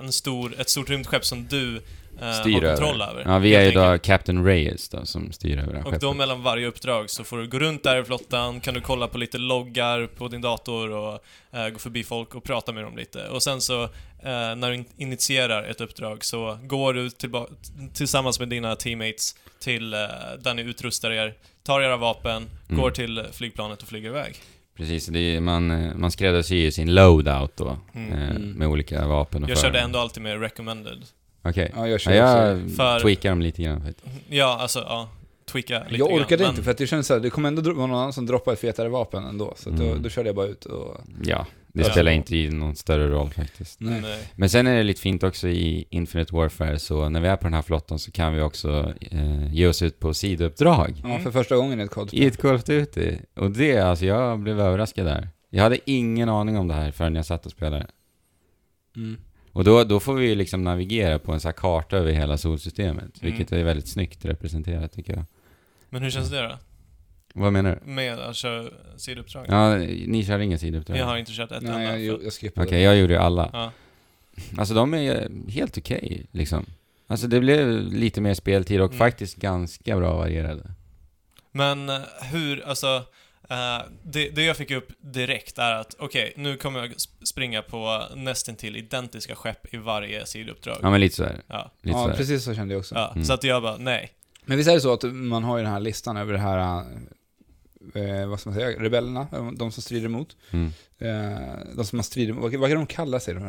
ett stort rymdskepp som du har kontroll över. Ja, vi är ju då Captain Reyes då, som styr över det. Och då mellan varje uppdrag så får du gå runt där i flottan, kan du kolla på lite loggar på din dator och gå förbi folk och prata med dem lite. Och sen så när du initierar ett uppdrag så går du tillsammans med dina teammates till där ni utrustar er, tar era vapen, går till flygplanet och flyger iväg. Precis, det är, man skräddarsyr sin loadout då med olika vapen och jag körde ändå alltid med recommended. Okej. Ja, jag tweakar dem lite grann. Ja, alltså, tweaka lite jag orkade inte, för att det känns så här, det kommer ändå vara någon annan som droppar ett fetare vapen ändå. Så då körde jag bara ut och... Ja, det spelar inte i någon större roll faktiskt. Nej. Men sen är det lite fint också i Infinite Warfare, så när vi är på den här flottan så kan vi också ge oss ut på sidouppdrag. Ja, för första gången i ett Call of Duty. Och det, alltså jag blev överraskad där. Jag hade ingen aning om det här förrän jag satt och spelade. Och då får vi liksom navigera på en sån här karta över hela solsystemet. Vilket är väldigt snyggt representerat tycker jag. Men hur känns det då? Vad menar du? Med att köra sidouppdrag? Ja, ni kör inga sidouppdrag. Jag har inte kört ett enda. Nej, jag skippade. Okej, jag gjorde ju alla. Ja. Alltså de är helt okej, liksom. Alltså det blev lite mer speltid och faktiskt ganska bra varierade. Men hur, alltså det jag fick upp direkt är att okej, nu kommer jag springa på nästan till identiska skepp i varje sidouppdrag. Ja, men lite så här. Ja, lite så här. Precis så kände jag också. Ja, så att jag bara, nej. Men visst är det så att man har ju den här listan över det här vad ska man säga, rebellerna, de som strider emot. De som man strider emot, vad kan de kalla sig, de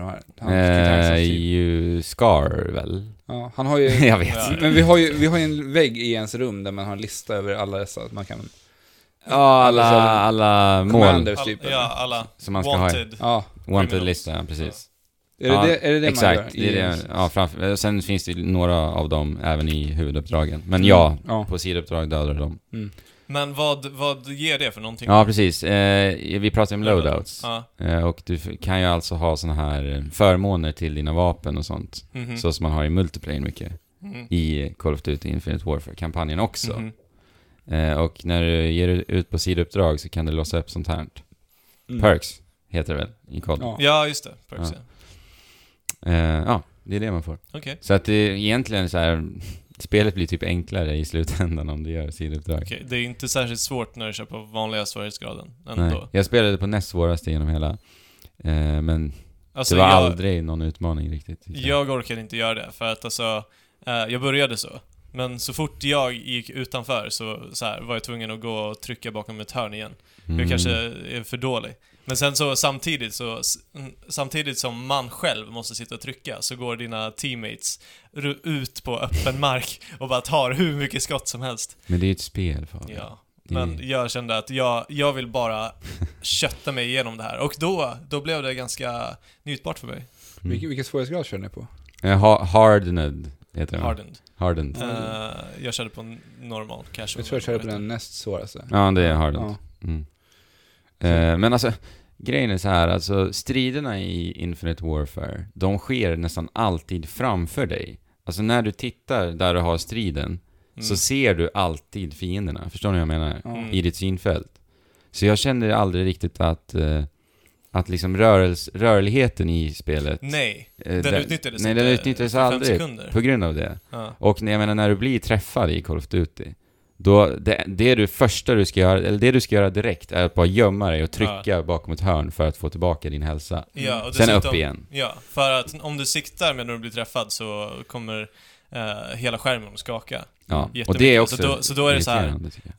här? Scar väl? Ja, han har ju jag vet. Men vi har ju en vägg i ens rum där man har en lista över alla dessa, att man kan alla mål typ, alla som man ska wanted. Ha. Wanted lista, ja, precis. Ja. Är det exakt, man gör? Det är det. Ja, framför. Sen finns det några av dem även i huvuduppdragen. Men på sidouppdrag dödar de. Men vad ger det för någonting? Ja, precis. Vi pratar om loadouts. Och du kan ju alltså ha såna här förmåner till dina vapen och sånt. Så som man har i multiplayer mycket. I Call of Duty Infinite Warfare-kampanjen också. Och när du ger ut på sidouppdrag så kan du låsa upp sånt här. Perks heter det väl i koden. Ja, just det. Perks, ja, det är det man får. Okay. Så att det är egentligen så här, spelet blir typ enklare i slutändan om du gör sidouppdrag. Okay. Det är inte särskilt svårt när du kör på vanliga svårighetsgraden ändå. Nej, jag spelade på näst svåraste genom hela. Men alltså, det var aldrig någon utmaning riktigt. Jag orkade inte göra det för att alltså, jag började så. Men så fort jag gick utanför så här, var jag tvungen att gå och trycka bakom ett hörn igen. Jag kanske är för dålig. Men sen så samtidigt som man själv måste sitta och trycka så går dina teammates ut på öppen mark och bara tar hur mycket skott som helst. Men det är ju ett spel, fan. Ja. Men jag kände att jag vill bara kötta mig igenom det här. Och då blev det ganska njutbart för mig. Vilken svårighetsgrad kör ni på? Hardened heter det. Hardened. Jag körde på normal, casual. Jag tror jag körde på den näst svåraste. Ja, det är hardened. Men alltså, grejen är så här, alltså striderna i Infinite Warfare, de sker nästan alltid framför dig. Alltså när du tittar där du har striden så ser du alltid fienderna. Förstår ni vad jag menar? I ditt synfält. Så jag kände aldrig riktigt att liksom rörligheten i spelet... Nej, den utnyttjades inte. Nej, den utnyttjades aldrig på grund av det. Och jag menar, när du blir träffad i Call of Duty, då det du ska göra direkt är att bara gömma dig och trycka bakom ett hörn för att få tillbaka din hälsa. Ja, och sen upp igen. Ja, för att om du siktar när du blir träffad så kommer hela skärmen att skaka. Ja, och det är också så då är det så här,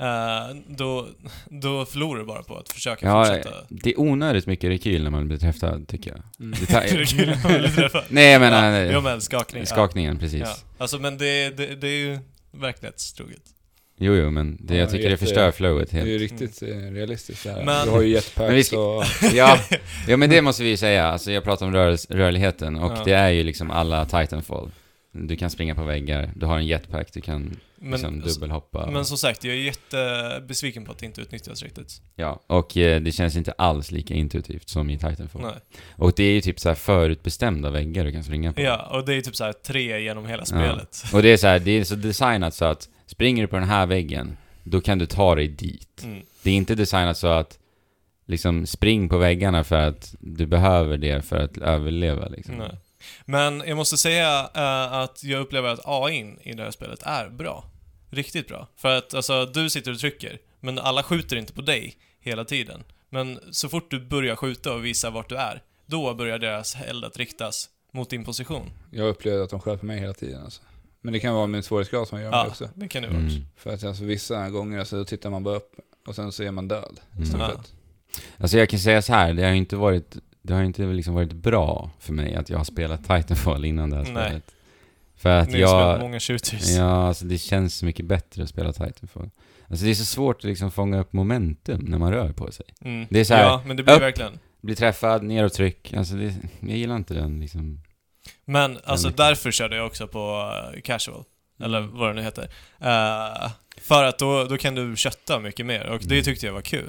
då förlorar du bara på att försöka fortsätta. Det är onödigt mycket rekyl när man blir träffad, tycker jag. Rekyl när man blir träffad? Nej, jag menar... Ja, men skakningen, precis. Ja. Alltså, men det är ju verklighetstroget. Jo, men jag tycker det förstör flowet helt. Det är ju riktigt realistiskt här. Men, du har ju jetpacks och... ja, men det måste vi säga. Alltså, jag pratar om rörligheten och det är ju liksom alla Titanfall. Du kan springa på väggar, du har en jetpack, du kan liksom dubbelhoppa. Men som sagt, jag är jättebesviken på att det inte utnyttjas riktigt. Ja, och det känns inte alls lika intuitivt som i Titanfall. Nej. Och det är ju typ så här förutbestämda väggar du kan springa på. Ja, och det är typ så här 3 genom hela spelet. Och det är så designat så att springer du på den här väggen, då kan du ta dig dit. Det är inte designat så att liksom spring på väggarna för att du behöver det för att överleva liksom. Nej. Men jag måste säga att jag upplever att AI i det här spelet är bra. Riktigt bra. För att alltså, du sitter och trycker, men alla skjuter inte på dig hela tiden. Men så fort du börjar skjuta och visa vart du är, då börjar deras eld att riktas mot din position. Jag upplever att de sköt på mig hela tiden alltså. Men det kan vara med svårighetsgrad som gör det också. Ja, det kan det vara. För att alltså, vissa gånger alltså, då tittar man bara upp och sen så är man död. Alltså jag kan säga så här, det har inte liksom varit bra för mig att jag har spelat Titanfall innan det här spelet. För att jag har spelat många shooters. Ja, alltså det känns så mycket bättre att spela Titanfall. Alltså det är så svårt att liksom fånga upp momentum när man rör på sig. Det är så här, ja, men det blir verkligen. Blir träffad, ner och tryck. Alltså jag gillar inte den liksom. Men alltså därför körde jag också på casual. Eller vad det nu heter. För att då kan du kötta mycket mer. Och det tyckte jag var kul.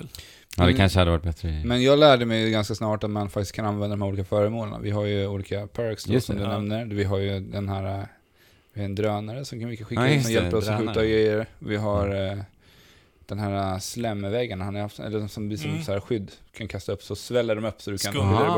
Ja, det kanske hade varit bättre. Men jag lärde mig ganska snart att man faktiskt kan använda de här olika föremålen. Vi har ju olika perks då, som du nämner. Vi har ju den här, vi har en drönare som vi kan skicka in som hjälper oss att skjuta grejer. Vi har den här slämväggen eller som blir som så här skydd kan kasta upp, så sväller de upp så du kan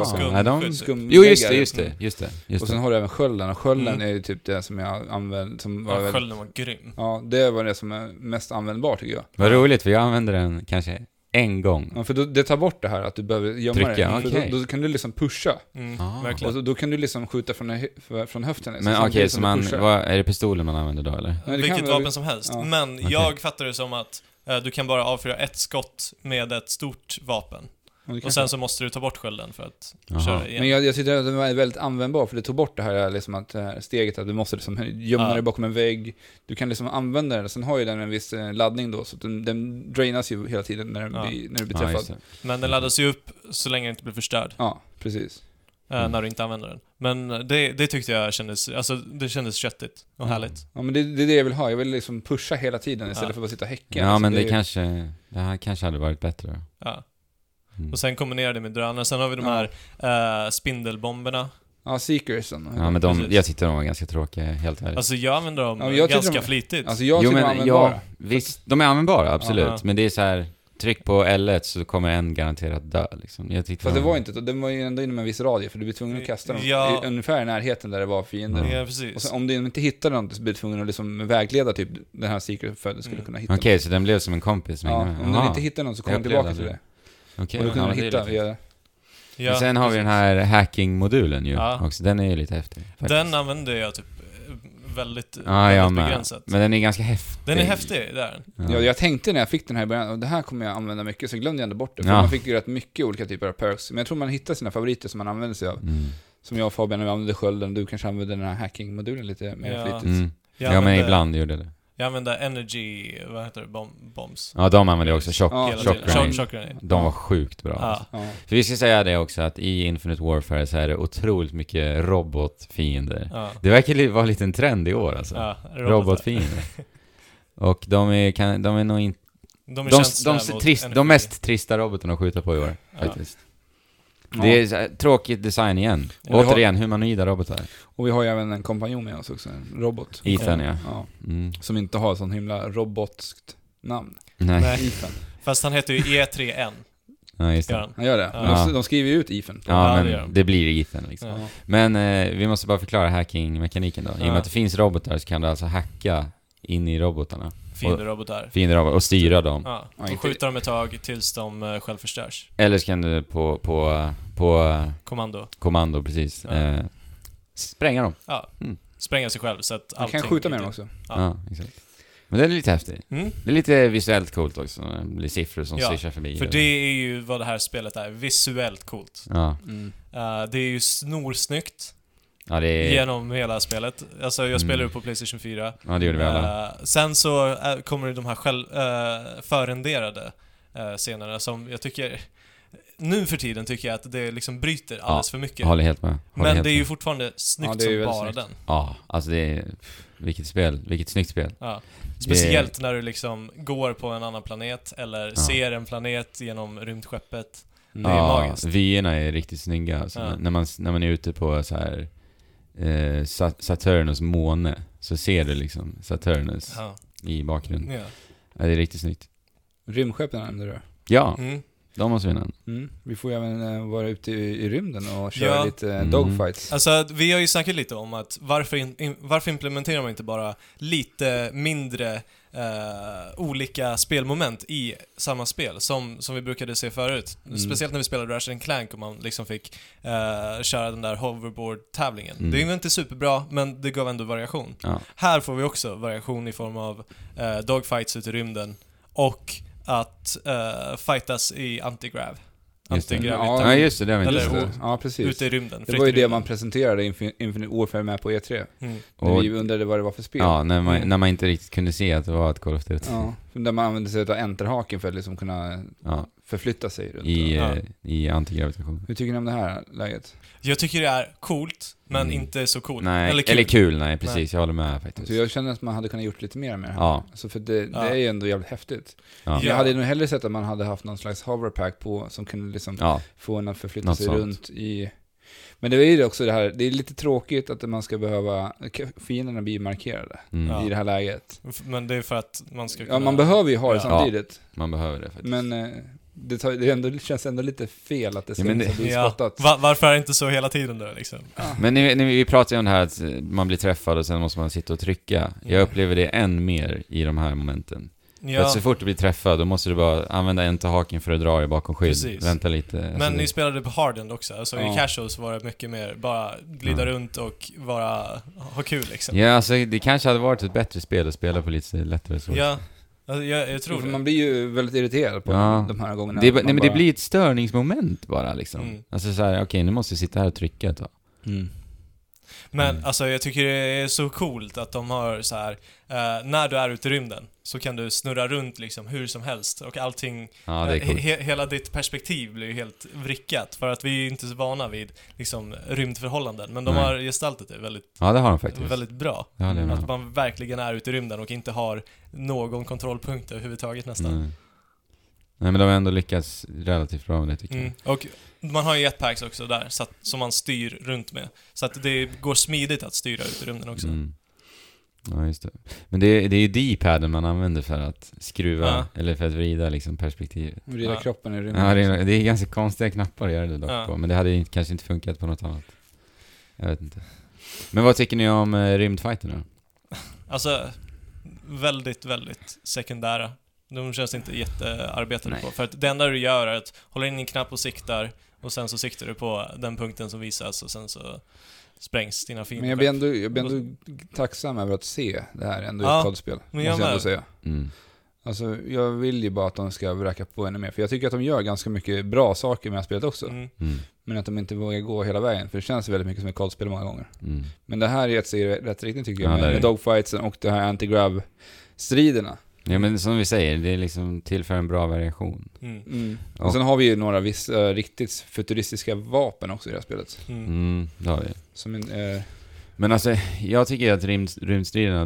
just det. Och sen har du även skölden, och skölden är ju typ det som jag använde som var skölden var grym. Ja, det var det som är mest användbart tycker jag. Vad roligt, för jag använder den kanske en gång. Ja, för det tar bort det här att du behöver gömma det. För då kan du liksom pusha. Verkligen. Och då kan du liksom skjuta från höften. Men okej, så är det pistolen man använder då eller? Vilket vapen som helst. Ja. Men jag fattar det som att du kan bara avfyra ett skott med ett stort vapen. Och sen så måste du ta bort skölden för att köra igen. Men jag tyckte att det var väldigt användbar, för det tog bort det här liksom att steget att du måste liksom gömma dig bakom en vägg. Du kan liksom använda den, sen har ju den en viss laddning då, så den drainas ju hela tiden när du blir träffad. Men den laddas ju upp så länge den inte blir förstörd. Ja, precis. När du inte använder den. Men det tyckte jag det kändes köttigt och härligt. Ja, men det är det jag vill ha. Jag vill liksom pusha hela tiden istället för att bara sitta och häcka. Ja, men det här kanske hade varit bättre. Ja. Och sen kombinerar det med drönare. Sen har vi de här spindelbomberna. Ja, Seekers. Ja, men jag tyckte de var ganska tråkiga, helt ärligt. Alltså jag använder dem ganska flitigt. Alltså jag tycker de är användbara. Visst, de är användbara, absolut. Men det är så här, tryck på L1 så kommer en garanterat dö liksom. Fast det var ju ändå inom en viss radie, för du blir tvungen att kasta dem i ungefär i närheten där det var fiender. Ja, precis. Och sen, om du inte hittar dem så blir du tvungen att liksom vägleda typ den här Secret för att du skulle kunna hitta dem. Okej, så den blev som en kompis. Om du inte hittar någon så kommer du tillbaka till det. Okej, och du kan hitta via... Ja, sen har vi den här hacking-modulen ju också. Den är ju lite häftig faktiskt. Den använder jag typ väldigt begränsat. Men den är ganska häftig. Den är häftig, där. Ja, jag tänkte när jag fick den här i början, och det här kommer jag använda mycket, så glömde jag ändå bort det. För man fick ju rätt mycket olika typer av perks. Men jag tror man hittar sina favoriter som man använder sig av. Som jag och Fabian, när vi använde skölden, du kanske använder den här hacking-modulen lite mer flitigt. Ja, men ibland gjorde det. Jag använder energy, vad heter det, bombs. Ja, de använder jag också, chock grenade. De var sjukt bra. Ja. För vi ska säga det också, att i Infinite Warfare så är det otroligt mycket robotfiender. Ja. Det verkar vara lite en trend i år alltså. Ja, robotfiender. Och de är nog inte de mest trista robotarna att skjuta på i år, faktiskt. Det är tråkigt design igen. Återigen, humanoida robotar. Och vi har ju även en kompanjon med oss också, en robot. Ethan, ja. Som inte har sån himla robotskt namn. Nej. Ethan. Fast han heter ju E3N. Ja, just det. Han gör det. Ja. De skriver ju ut Ethan. Ja, men det blir Ethan liksom. Ja. Men vi måste bara förklara hacking-mekaniken då. I och med att det finns robotar så kan du alltså hacka in i robotarna. Fiender och styra dem. Ja, och skjuta dem ett tag tills de själv förstörs. Eller så kan du på kommando, precis. Ja. Spränga dem. Ja, spränga sig själv så att man kan skjuta med dem också. Ja, exakt. Men det är lite häftigt. Det är lite visuellt coolt också. Det blir siffror som svischar förbi. För det är ju vad det här spelet är. Visuellt coolt. Ja. Det är ju snorsnyggt. Ja, det är... Genom hela spelet. Alltså jag spelar på PlayStation 4. Ja, det gjorde vi alla. Sen så kommer det de här förrenderade scenerna som jag tycker... Nu för tiden tycker jag att det liksom bryter alldeles för mycket. Håller helt med. Men det är ju fortfarande snyggt som bara snyggt. Den. Ja, alltså det är... Vilket snyggt spel. Ja. Speciellt när du liksom går på en annan planet eller ser en planet genom rymdskeppet. Det är magiskt. Vyerna är riktigt snygga. Alltså. När man är ute på så här... Saturnus måne, så ser du liksom Saturnus i bakgrunden. Ja, det är riktigt snyggt. Rymdskeppen nämnde du? Ja, de måste vi nämna. Vi får ju även vara ute i rymden och köra lite dogfights. Alltså vi har ju snackat lite om att varför implementerar man inte bara lite mindre olika spelmoment i samma spel som vi brukade se förut. Speciellt när vi spelade Ratchet & Clank och man liksom fick köra den där hoverboard-tävlingen. Det är ju inte superbra, men det gav ändå variation. Här får vi också variation i form av dogfights ute i rymden och att fightas i antigrav. Ja, just det. Ja, precis. Ute i rymden. Det var ju det man presenterade Infinite Warfare med på E3. När vi undrade vad det var för spel. Ja, när man inte riktigt kunde se att det var ett Call of Duty. Ja, Där man använder sig av enterhaken för att liksom kunna förflytta sig runt. I antigravitation. Hur tycker ni om det här läget? Jag tycker det är coolt, men inte så coolt. Nej, eller kul, nej, precis. Nej. Jag håller med faktiskt. Så jag känner att man hade kunnat gjort lite mer med det här. Ja. Alltså för det är ju ändå jävligt häftigt. Ja. Jag hade nog hellre sett att man hade haft någon slags hoverpack på som kunde liksom få en att förflytta något sig sånt. Runt i... Men det är ju också det här, det är lite tråkigt att man ska behöva, fienderna blir markerade i det här läget. Men det är för att man ska kunna... Ja, man behöver ju ha det samtidigt. Ja, man behöver det faktiskt. Men det känns ändå lite fel att det ska bli spottat. Varför är det inte så hela tiden då liksom? Ja. Men när vi pratar ju om det här att man blir träffad och sen måste man sitta och trycka. Jag upplever det än mer i de här momenten. Ja. För att så fort du blir träffad, då måste du bara använda enterhaken för att dra dig bakom skydd. Precis. Vänta lite. Men ni spelade på Hardened också. Alltså i casuals var det mycket mer bara glida runt och ha kul liksom. Ja, alltså det kanske hade varit ett bättre spel att spela på lite lättare så. Ja, alltså, jag tror det. Man blir ju väldigt irriterad på de här gångerna. Men det blir ett störningsmoment bara liksom. Alltså så här, okej, nu måste jag sitta här och trycka ett tag. Men alltså jag tycker det är så coolt att de har så här när du är ute i rymden så kan du snurra runt liksom hur som helst och allting hela ditt perspektiv blir ju helt vrickat för att vi är inte så vana vid liksom rymdförhållanden, men de har gestaltat det väldigt det har de faktiskt. Väldigt bra. Att man verkligen är ute i rymden och inte har någon kontrollpunkt överhuvudtaget nästan. Nej, men de har ändå lyckats relativt bra med det tycker jag. Och man har ju jetpacks också där som man styr runt med. Så att det går smidigt att styra ut i rymden också. Ja, just det. Men det är ju D-paden man använder för att skruva eller för att vrida liksom perspektivet. Vrida kroppen i rymden. Ja, det är ganska konstiga knappar att göra det dock på. Men det hade kanske inte funkat på något annat. Jag vet inte. Men vad tycker ni om rymdfighterna? Alltså, väldigt, väldigt sekundära. De känns inte jättearbetade på. För att det enda du gör är att hålla in en knapp och siktar. Och sen så siktar du på den punkten som visas. Och sen så sprängs dina fiender. Men jag blir ändå tacksam över att se det här ändå i ett kodspel. Men jag ändå säga. Alltså, jag vill ju bara att de ska vräka på ännu mer. För jag tycker att de gör ganska mycket bra saker med det här spelet också. Men att de inte vågar gå hela vägen. För det känns väldigt mycket som ett kodspel många gånger. Men det här är ett steg i rätt riktning tycker jag. Med dogfightsen och det här anti-grav-striderna. Ja, men som vi säger, det är liksom tillför en bra variation. Och sen har vi ju några vissa riktigt futuristiska vapen också i det här spelet. Det har vi. Men alltså, jag tycker att rymdstriderna,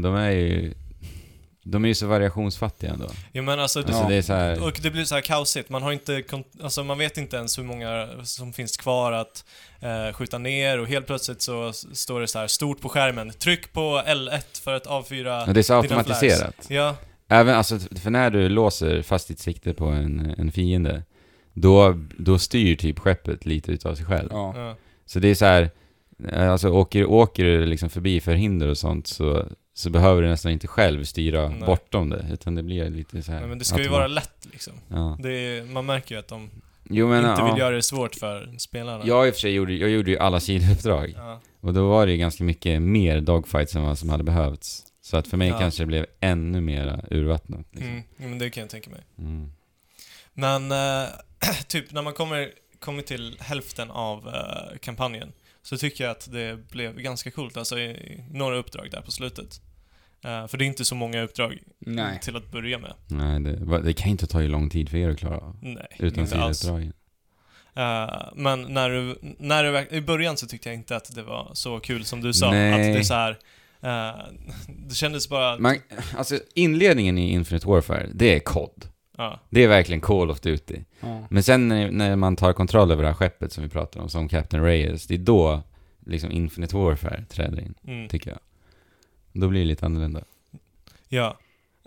de är ju så variationsfattiga ändå. Ja, men alltså, det är så här... Och det blir så här kaosigt. Man har inte man vet inte ens hur många som finns kvar att skjuta ner, och helt plötsligt så står det så här stort på skärmen. Tryck på L1 för att avfyra. Det är så automatiserat. Ja. Även, alltså, för när du låser fast ditt sikte på en fiende, då styr typ skeppet lite utav sig själv. Ja. Så det är så här, alltså åker du liksom förbi förhinder och sånt, så behöver du nästan inte själv styra bortom det, utan det blir lite så här. Men det ska ju vara lätt liksom. Ja. Man märker ju att de inte vill göra det svårt för spelarna. Jag i och för sig gjorde ju alla sidouppdrag. Och då var det ju ganska mycket mer dogfights än vad som hade behövts. Så att för mig kanske det blev ännu mer urvattnat. Liksom. Men det kan jag tänka mig. Men typ när man kommer till hälften av kampanjen, så tycker jag att det blev ganska coolt. Alltså i några uppdrag där på slutet. För det är inte så många uppdrag till att börja med. Nej, det kan inte ta ju lång tid för er att klara av. Nej, utan sidouppdragen. Men när du i början så tyckte jag inte att det var så kul som du sa. Nej. Att det är så här... det kändes bara... Alltså inledningen i Infinite Warfare, det är COD. Det är verkligen Call of Duty. Men sen när man tar kontroll över det här skeppet som vi pratar om, som Captain Reyes, det är då liksom Infinite Warfare träder in, tycker jag. Då blir det lite annorlunda. Ja.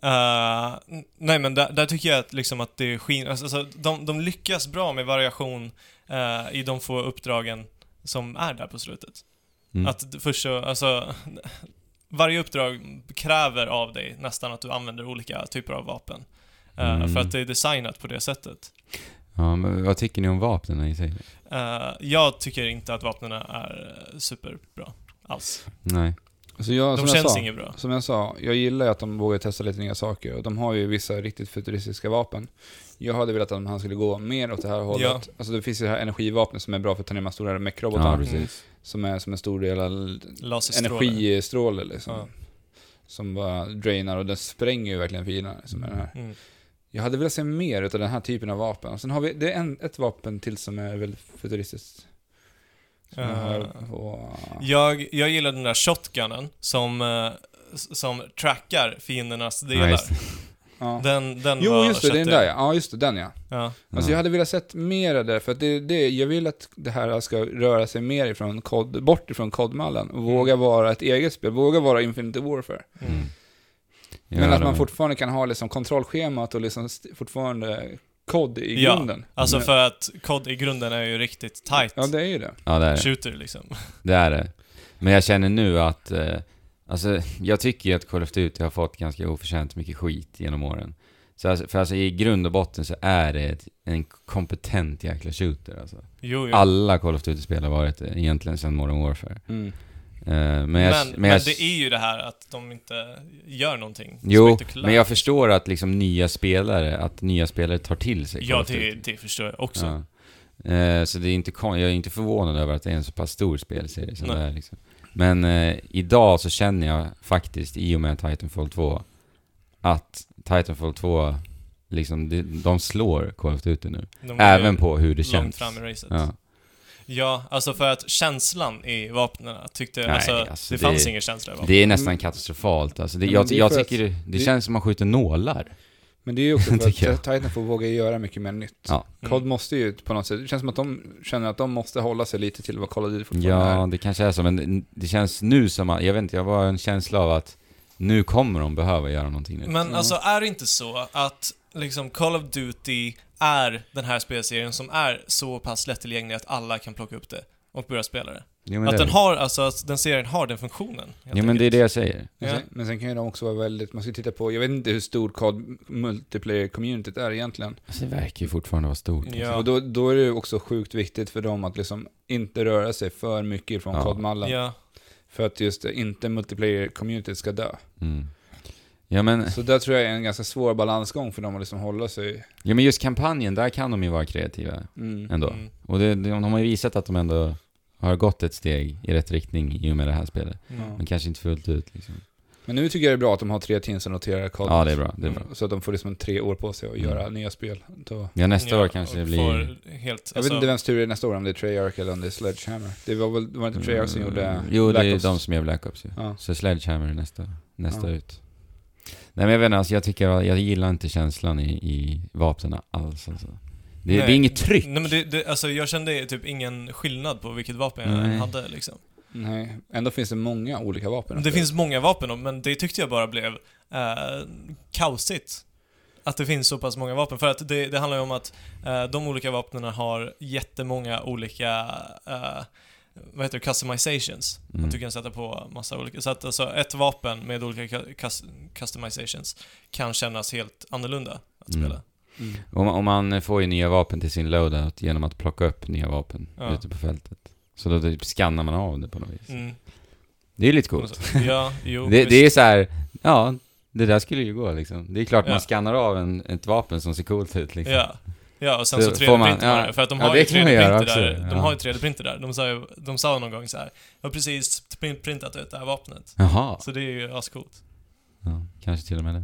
Nej, men där tycker jag att, liksom att det alltså, de lyckas bra med variation i de få uppdragen som är där på slutet. Att först så, alltså, varje uppdrag kräver av dig nästan att du använder olika typer av vapen. För att det är designat på det sättet. Ja, men vad tycker ni om vapnen i sig? Jag tycker inte att vapnen är superbra alls. Nej. Alltså de känns inget bra. Som jag sa, jag gillar att de vågar testa lite nya saker. Och de har ju vissa riktigt futuristiska vapen. Jag hade velat att han skulle gå mer åt det här hållet. Ja. Alltså det finns ju det här energivapnet som är bra för att ta ner med stora mech-robotar. Som är en stor del av energistråle liksom. som bara drainar, och den spränger ju verkligen fienden som är den här. Jag hade velat se mer av den här typen av vapen. Sen har vi, det är ett vapen till som är väldigt futuristiskt. Jag gillar den där shotgunnen som trackar fiendernas delar. Nice. Ja. Den jo, var just det, den där, ja. Just det, den ja. Alltså ja. jag hade velat sett mer av det, för att jag vill att det här ska röra sig mer ifrån bort ifrån kodmallen och våga vara ett eget spel, våga vara Infinity Warfare. Men att man fortfarande kan ha liksom kontrollschemat och liksom fortfarande kod i grunden. Alltså för att kod i grunden är ju riktigt tight. Ja, det är ju det. Ja, det är det. Shooter liksom. Det är det. Men jag känner nu att alltså, jag tycker ju att Call of Duty har fått ganska oförtjänt mycket skit genom åren. Så alltså, i grund och botten så är det en kompetent jäkla shooter alltså. Jo. Alla Call of Duty-spel har varit det egentligen sedan Modern Warfare. Men det är ju det här att de inte gör någonting. Jo, men jag förstår att liksom nya spelare tar till sig. Ja, det förstår jag också. Ja. Så det är inte jag är inte förvånad över att det är en så pass stor spelserie som det är liksom. Men idag så känner jag faktiskt i och med Titanfall 2 att Titanfall 2 liksom de slår Call of Duty nu. Även på hur det känns. Fram i racet. Ja, alltså för att känslan i vapnen tyckte det fanns ingen känsla i vapnen. Det är nästan katastrofalt alltså. Jag tycker det känns som man skjuter nålar. Men det är ju också för att Titanfall vågar göra mycket mer nytt. Ja. COD måste ju på något sätt, det känns som att de känner att de måste hålla sig lite till vad Call of Duty fortfarande är. Ja, det kanske är så, men det känns nu som att, jag vet inte, jag har en känsla av att nu kommer de behöva göra någonting nytt. Men alltså är det inte så att liksom Call of Duty är den här spelserien som är så pass lättillgänglig att alla kan plocka upp det och börja spela det? Jo, att den serien har den funktionen. Ja, men det är det jag säger. Ja. Men sen kan ju de också vara väldigt, man ska titta på, jag vet inte hur stort COD multiplayer-communityt är egentligen. Alltså det verkar ju fortfarande vara stort. Ja. Och då är det också sjukt viktigt för dem att liksom inte röra sig för mycket från COD-mallen. Ja. För att just inte multiplayer-communityt ska dö. Ja, men så där tror jag är en ganska svår balansgång för dem att liksom hålla sig. Ja, men just kampanjen, där kan de ju vara kreativa ändå. Och de har ju visat att de ändå har gått ett steg i rätt riktning i och med det här spelet. Men kanske inte fullt ut liksom. Men nu tycker jag det är bra att de har 3 team som noterar COD. Ja, det är bra. Så att de får liksom 3 år på sig att göra nya spel. Ja, nästa år kanske det blir jag vet inte vems tur det är nästa år, om det är Treyarch eller om det är Sledgehammer. Det var inte Treyarch som gjorde jo, det är de som gör Black Ops. Ja. Så Sledgehammer är nästa ut. Nej, men jag vet inte, alltså, jag gillar inte känslan i vapnen alls alltså. Det är inget tryck. Nej, men alltså, jag kände typ ingen skillnad på vilket vapen jag hade liksom. Nej, ändå finns det många olika vapen. Det finns många vapen, men det tyckte jag bara blev kaosigt. Att det finns så pass många vapen. För att det handlar ju om att de olika vapnen har jättemånga olika customizations. Att du kan sätta på massa olika. Så att alltså, ett vapen med olika customizations kan kännas helt annorlunda att spela. Och man får ju nya vapen till sin loadout genom att plocka upp nya vapen ute på fältet. Så då typ skannar man av det på något vis. Det är lite coolt. Ja, jo, det är så här, ja, det där skulle ju gå liksom. Det är klart man skannar av ett vapen som ser coolt ut liksom. Ja, och sen så 3D-printer det. För att de har ju 3D-printer där. De har ju 3D-printer där. De sa någon gång så här: jag har precis printat ut det här vapnet. Jaha. Så det är ju ascoolt. Ja, kanske till och med det.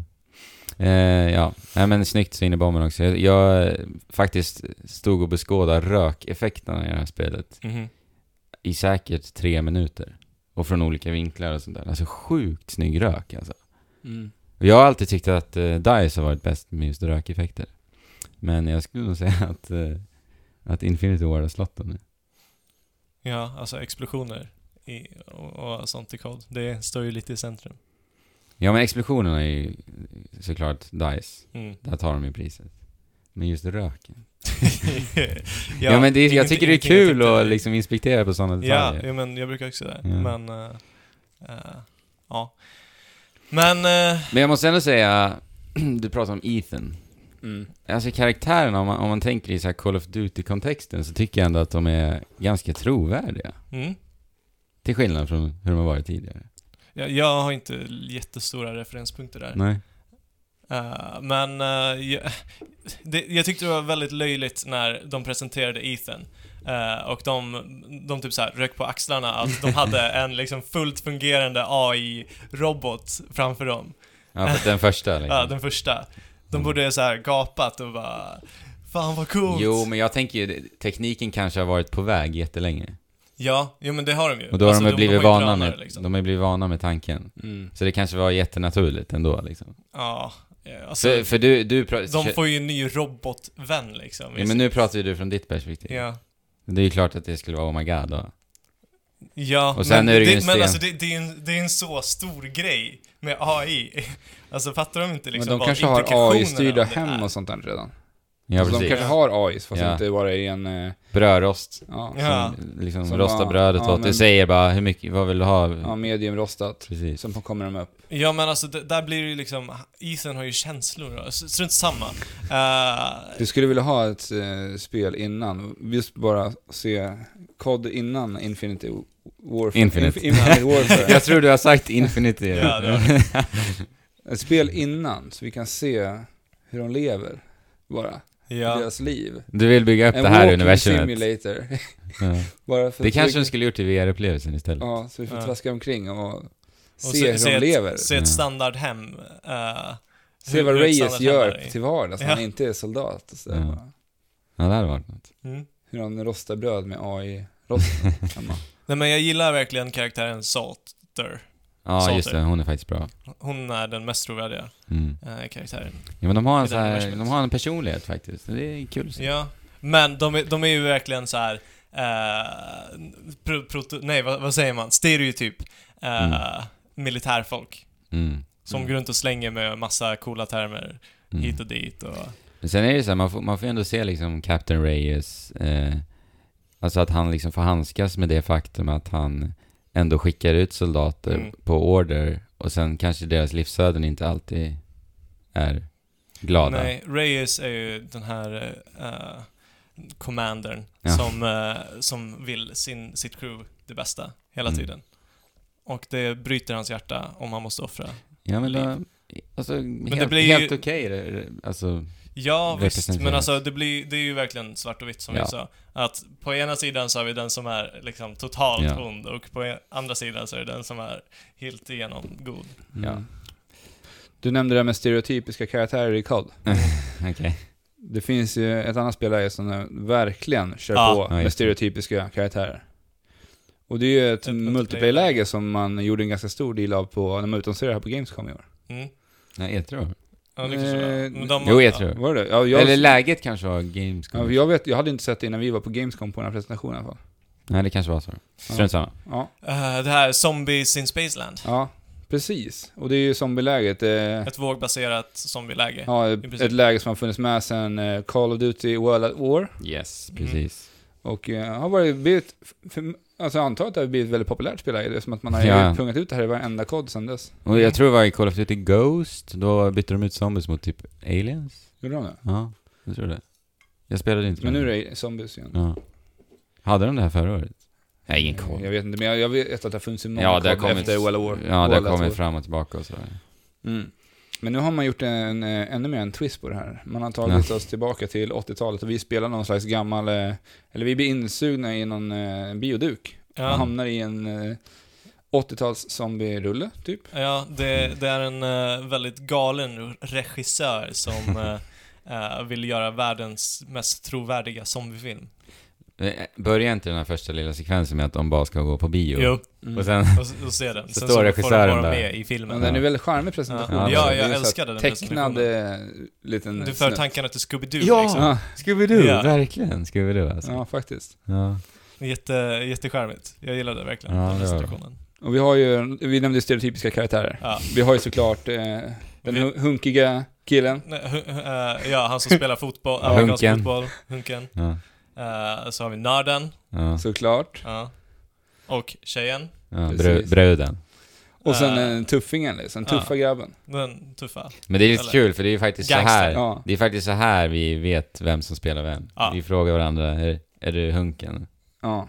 Nej, men snyggt så in i bomben också. Jag faktiskt stod och beskådade rökeffekterna i det här spelet i säkert 3 minuter. Och från olika vinklar och sånt där. Alltså sjukt snygg rök alltså. Och jag har alltid tyckt att DICE har varit bäst med just rökeffekter. Men jag skulle nog säga att Infinity Ward har slått dem nu. Ja, alltså explosioner och sånt i kod. Det står ju lite i centrum. Ja, men explosionerna är ju såklart DICE. Där tar de ju priset. Men just röken. ja, men jag tycker det är kul att liksom inspektera på sådana detaljer. Ja, men jag brukar också det. Men ja. Men jag måste ändå säga, du pratar om Ethan. Alltså karaktärerna, om man tänker i så här Call of Duty-kontexten, så tycker jag ändå att de är ganska trovärdiga. Till skillnad från hur de har varit tidigare. Jag har inte jättestora referenspunkter där. Nej. Men jag tyckte det var väldigt löjligt när de presenterade Ethan. Och de typ så här rök på axlarna att de hade en liksom fullt fungerande AI-robot framför dem. Ja, för den första liksom. Ja, den första. De borde så här gapat och bara, fan vad coolt. Jo, men jag tänker ju, tekniken kanske har varit på väg jättelänge. Ja, jo men det har de ju. Och då har de blivit vana med, liksom. De har blivit vana med tanken. Så det kanske var jättenaturligt ändå liksom. Ja. Alltså, för de får ju en ny robotvän liksom. Ja, men nu pratar ju du från ditt perspektiv. Ja. Det är ju klart att det skulle vara oh my god då. Ja, och sen men, är det men alltså det är en så stor grej med AI. Alltså fattar de inte liksom. Men de kanske har AI-styrda hem och sånt där redan. Ja, alltså de kanske har AI fast inte bara i en brödrost. Ja. Som liksom rostar brödet åt. Det säger bara hur mycket, vad vill du ha? Ja, medium rostat. Precis. Sen kommer de upp. Ja, men alltså där blir det ju liksom, Ethan har ju känslor då. Strunt samma. Du skulle vilja ha ett spel innan, just bara se kod innan Infinity Warfare. Infinity Warfare. Jag tror du har sagt Infinity. Ja, ett spel innan, så vi kan se hur de lever bara. Deras liv. Du vill bygga upp det här universumet. Simulator. Bara för det kanske de skulle gjort i VR-upplevelsen istället. Ja, så vi får traska omkring och se hur de lever. Se ett standardhem. Se vad Reyes gör till vardags. Han inte är soldat. Och så ja, det hade varit något. Hur han rostar bröd med AI-rosten. Nej, men jag gillar verkligen karaktären Salter. Ja, Salter. Just det. Hon är faktiskt bra. Hon är den mest trovärdiga karaktären. Ja, men de har en personlighet faktiskt. Det är kul. Ja, men de är ju verkligen så här vad säger man? Stereotyp militärfolk. Som går runt och slänger med massa coola termer hit och dit. Men sen är det så här, man får ändå se liksom Captain Reyes, alltså att han liksom får handskas med det faktum att han ändå skickar ut soldater på order och sen kanske deras livsöden inte alltid är glada. Nej, Reyes är ju den här commandern som vill sitt crew det bästa hela tiden. Och det bryter hans hjärta om han måste offra. Ja, men alltså, men det blir helt okej. Alltså, ja, visst. Men alltså, det är ju verkligen svart och vitt som vi sa. Att på ena sidan så har vi den som är liksom totalt ond och på andra sidan så är det den som är helt igenom god. Ja. Du nämnde det med stereotypiska karaktärer i COD. Okay. Det finns ju ett annat spelare som verkligen kör på med stereotypiska karaktärer. Och det är ju ett multiplayer-läge som man gjorde en ganska stor del av på när man utannonserade här på Gamescom i år. Nej, E3. Ja, det kanske jo, E3. Var det? Ja, eller läget kanske var Gamescom. Ja, jag hade inte sett det innan vi var på Gamescom på den här presentationen i alla fall. Nej, det kanske var så. Strunt samma. Ja. Det här Zombies in Spaceland. Ja, precis. Och det är ju zombieläget. Ett vågbaserat zombieläge. Ja, ett läge som har funnits med sedan Call of Duty World at War. Yes, precis. Och har blivit... Alltså jag antar att det har blivit ett väldigt populärt spelläge. Det är som att man har pungat ut det här i varenda kod sedan dess. Och jag tror det var i Call of Duty Ghost. Då bytte de ut zombies mot typ aliens. Gjorde de det? Ja, jag tror det. Jag spelade inte. Men nu är det zombies igen. Ja. Hade de det här förra året? Nej, ingen koll. Jag vet inte, men jag vet att det har funnits i många kod efter World at War. Ja, det har kommit fram och tillbaka och sådär. Men nu har man gjort ännu mer en twist på det här. Man har tagit oss tillbaka till 80-talet och vi spelar någon slags gammal... eller vi blir insugna i någon bioduk. Man hamnar i en 80-tals zombie-rulle, typ. Ja, det är en väldigt galen regissör som vill göra världens mest trovärdiga zombiefilm. Börjar inte den här första lilla sekvensen med att de bara ska gå på bio? Jo. Och sen och se den. Så står regissören får de vara med i filmen. Den är väldigt charmig presentation. Ja, jag älskade den tecknad liten... Du för tankarna till Scooby-Doo. Ja, liksom. Scooby-Doo, verkligen. Scooby-Doo alltså. Ja, faktiskt. Ja. Jättecharmigt. Jag gillade verkligen den presentationen. Och vi nämnde stereotypiska karaktärer. Ja. Vi har ju såklart den hunkiga killen. Han som spelar fotboll, amerikansk fotboll, Hunken. Ja. Så har vi nörden. Ja. Såklart. Ja. Och tjejen. Ja, bröden. Och sen tuffingen liksom, tuffa grabben. Den tuffa. Men det är lite kul för det är ju faktiskt gangster. Så här. Ja. Det är faktiskt så här vi vet vem som spelar vem. Ja. Vi frågar varandra, är det Hunken? Ja.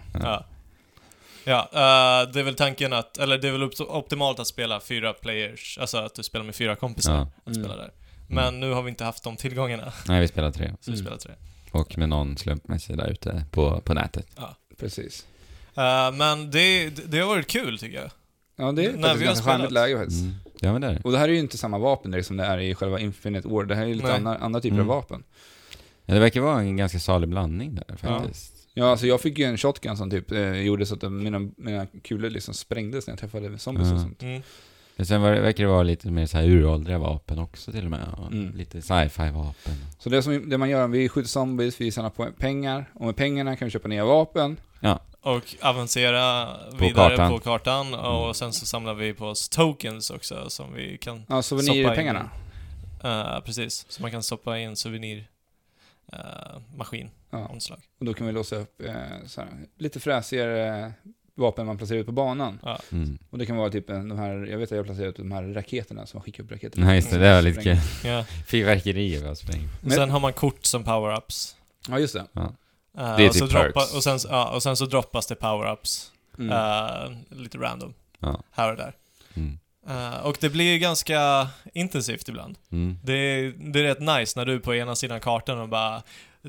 Det är väl tanken att, eller det är väl optimalt att spela 4 players, alltså att du spelar med 4 kompisar att spela där. Men nu har vi inte haft de tillgångarna. Nej, vi spelar 3. Så vi spelar 3. Och med någon slumpmässig där ute på nätet. Ja, precis. Men det har varit kul, tycker jag. Ja, det är faktiskt ganska charmigt läge faktiskt. Ja, men det är det. Och det här är ju inte samma vapen som det är i själva Infinite War. Det här är ju lite andra typer av vapen. Ja, det verkar vara en ganska salig blandning där faktiskt. Ja, alltså jag fick ju en shotgun som typ gjorde så att mina kulor liksom sprängdes när jag träffade zombies och sånt. Sen verkar det vara lite mer så här uråldriga vapen också till och med. Och lite sci-fi vapen. Så det man gör, vi skjuter zombies, vi tjänar pengar. Och med pengarna kan vi köpa nya vapen. Ja. Och avancera vidare på kartan. Och sen så samlar vi på oss tokens också som vi kan souvenirpengarna. Precis, så man kan stoppa in souvenirmaskin omslag. Och då kan vi låsa upp lite fräsigare vapen man placerar ut på banan. Ja. Och det kan vara typ de här, jag vet att jag har placerat ut de här raketerna som man skickar upp raketer. Nej, just det, det var lite kul. Fyrverkerier var spräng. Sen har man kort som power-ups. Ja, just det. Ja. Det är typ perks. Och sen så droppas det power-ups. Lite random. Ja. Här och där. Och det blir ganska intensivt ibland. Det är rätt nice när du är på ena sidan kartan och bara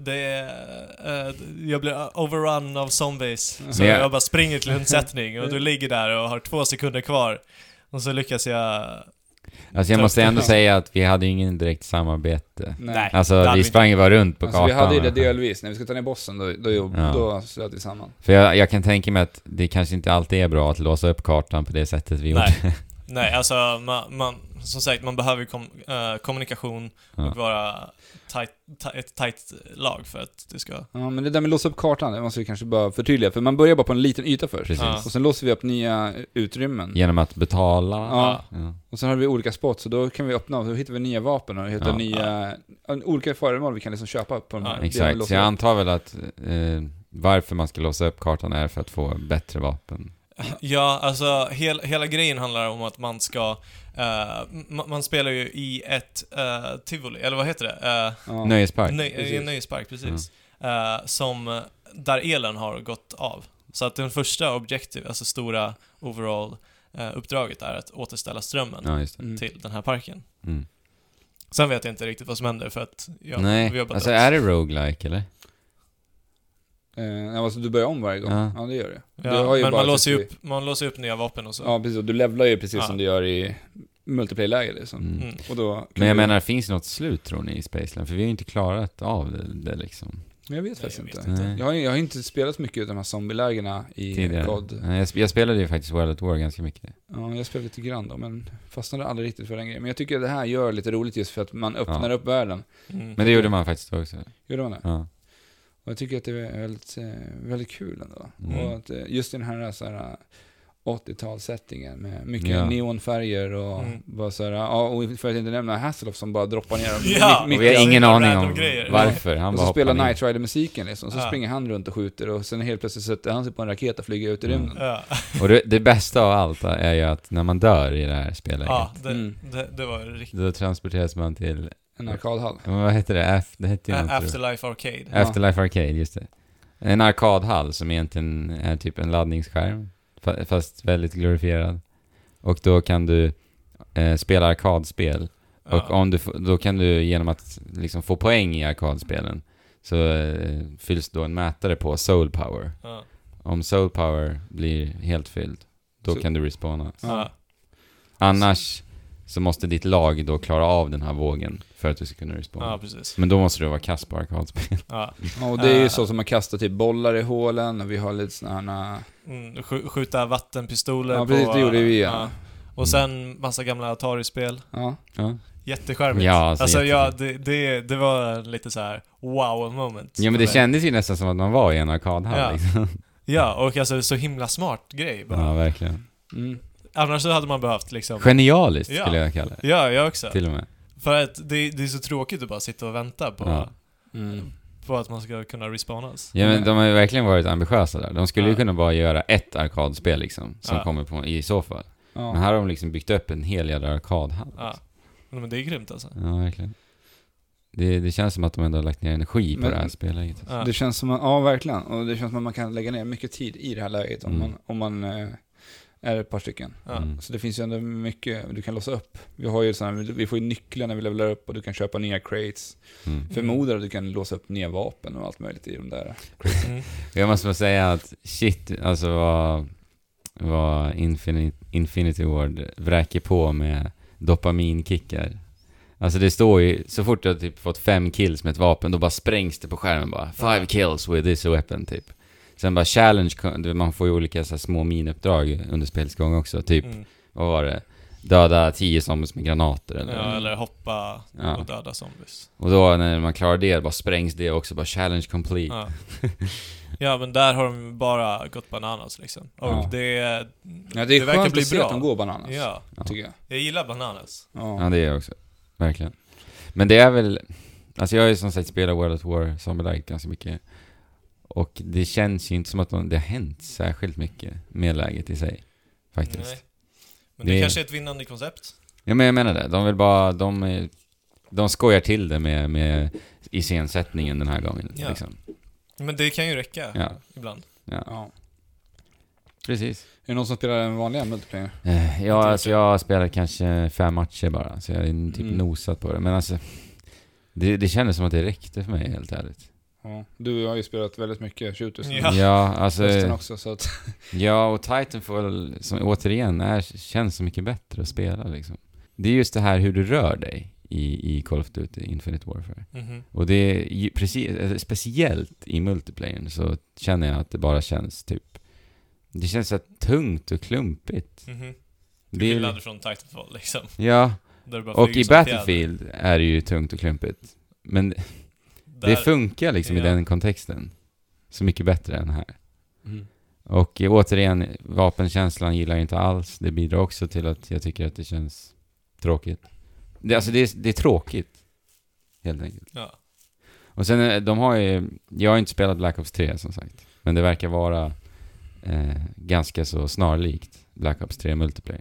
jag blir overrun av zombies. Så jag bara springer till undsättning och du ligger där och har 2 sekunder kvar. Och så lyckas jag... Alltså jag måste ändå säga att vi hade ingen direkt samarbete. Nej. Alltså vi sprang ju bara runt på kartan. Vi hade ju det delvis. När vi ska ta ner bossen då slöt vi samman. För jag kan tänka mig att det kanske inte alltid är bra att låsa upp kartan på det sättet vi gjorde. Nej, alltså man som sagt, man behöver kommunikation och vara ett tight lag för att det ska... Ja, men det där med låsa upp kartan, det måste vi kanske bara förtydliga. För man börjar bara på en liten yta först. Precis. Och sen låser vi upp nya utrymmen. Genom att betala. Ja. Och sen har vi olika spots, så då kan vi öppna och då hittar vi nya vapen och hittar nya... olika föremål vi kan liksom köpa på de här. Exakt, så jag antar väl att varför man ska låsa upp kartan är för att få bättre vapen. Ja, alltså hela grejen handlar om att man ska man spelar ju i ett tivoli, eller vad heter det? Nöjespark. Nöjespark, precis. Som där elen har gått av. Så att den första objektiv, alltså stora overall uppdraget är att återställa strömmen till den här parken. Sen vet jag inte riktigt vad som händer för att vi har alltså är det roguelike eller? Alltså du börjar om varje gång. Ja, det gör det. Men man låser upp nya vapen och så. Ja, precis. Och du levlar ju precis som du gör i multiplayer-läger liksom. Och då men jag menar, finns det något slut tror ni i Spaceland? För vi har ju inte klarat av det liksom. Jag vet faktiskt inte. Jag har inte spelat så mycket av de här zombie-lägerna i COD. Jag spelade ju faktiskt World at War ganska mycket. Ja, jag spelade lite grann då, men fastnade aldrig riktigt för den grejen. Men jag tycker att det här gör lite roligt just för att man öppnar upp världen. Men det gjorde man faktiskt också. Gjorde man det? Ja. Och jag tycker att det är väldigt, väldigt kul ändå. Och att just den här 80-talssettingen med mycket neonfärger och bara så här, och för att inte nämna Hasselhoff som bara droppar ner och vi har ingen aning om varför. Han och så spelar Knight Rider-musiken liksom, så springer han runt och skjuter och sen helt plötsligt sätter han sig på en raket och flyger ut i rymden. Och det bästa av allt är ju att när man dör i det här spelet. Det var riktigt. Då transporteras man till en arkadhall. Vad heter det? Det heter ju Afterlife Arcade. Afterlife Arcade, just det. En arkadhall som egentligen är typ en laddningsskärm. Fast väldigt glorifierad. Och då kan du spela arkadspel. Och då kan du genom att liksom få poäng i arkadspelen så fylls då en mätare på soul power. Om soul power blir helt fylld, då kan du respawna. Annars så måste ditt lag då klara av den här vågen för att du ska kunna respawna. Ja, precis. Men då måste du vara kass på arkadspel. Och det är ju så som man kastar typ bollar i hålen och vi har lite såna skjuta vattenpistoler på... Ja, precis, det gjorde vi, Och sen massa gamla Atari-spel. Ja. Jätteskärmigt. Ja, alltså det var lite så här wow moment. Ja, men det kändes ju nästan som att man var i en arkadhall liksom. Ja, och alltså så himla smart grej bara. Ja, verkligen. Annars så hade man behövt liksom... Genialiskt skulle jag kalla det. Ja, jag också. Till och med. För att det är så tråkigt att bara sitta och vänta på att man ska kunna respawnas. Ja, men de har ju verkligen varit ambitiösa där. De skulle ju kunna bara göra ett arkadspel liksom, som kommer på i så fall. Men här har de liksom byggt upp en hel jävla arkadhall. Men det är grymt alltså. Ja, verkligen. Det känns som att de ändå har lagt ner energi på det här spelet. Det känns som att, verkligen. Och det känns som att man kan lägga ner mycket tid i det här läget om man är det ett par stycken. Så det finns ju ändå mycket du kan låsa upp. Vi får ju nycklar när vi levlar upp och du kan köpa nya crates. Förmodar att du kan låsa upp nya vapen och allt möjligt i de där crates. Jag måste säga att shit, alltså vad Infinity Ward vräker på med dopaminkickar. Alltså det står ju, så fort du har typ fått 5 kills med ett vapen, då bara sprängs det på skärmen bara. 5 kills with this weapon typ. Sen bara challenge, man får ju olika så här små minuppdrag under spelets gång också. Typ, vad var det? Döda 10 zombies med granater. Eller hoppa och döda zombies. Och då när man klarar det, bara sprängs det också. Bara challenge complete. Ja, men där har de bara gått bananas liksom. Och det är verkar bli bra att de går bananas, tycker jag. Jag gillar bananas. Ja, det är jag också. Verkligen. Men det är väl... Alltså jag har ju som sagt spelat World at War Zombie ganska mycket. Och det känns ju inte som att det har hänt särskilt mycket med läget i sig. Faktiskt. Nej. Men det kanske är ett vinnande koncept. Ja, men jag menar det. De vill bara... De skojar till det med iscensättningen den här gången. Ja. Liksom. Men det kan ju räcka ibland. Ja. Precis. Är det någon som spelar en vanlig multiplayer? Alltså jag har spelat kanske 5 matcher bara. Så jag är typ nosat på det. Men alltså... Det kändes som att det räckte för mig, helt ärligt. Ja, du har ju spelat väldigt mycket shooters. Ja, alltså... också, så att... Ja, och Titanfall som återigen känns så mycket bättre att spela liksom. Det är just det här hur du rör dig i Call of Duty Infinite Warfare. Och det är precis, speciellt i multiplayern så känner jag att det bara känns typ... Det känns så tungt och klumpigt. Det är skillnad från Titanfall liksom. Ja, och i Battlefield är det ju tungt och klumpigt. Men det funkar liksom i den kontexten så mycket bättre än här. Och återigen, vapenkänslan gillar jag inte alls. Det bidrar också till att jag tycker att det känns tråkigt. Det är tråkigt, helt enkelt. Ja. Och sen, jag har inte spelat Black Ops 3 som sagt. Men det verkar vara ganska så snarlikt Black Ops 3 multiplayer.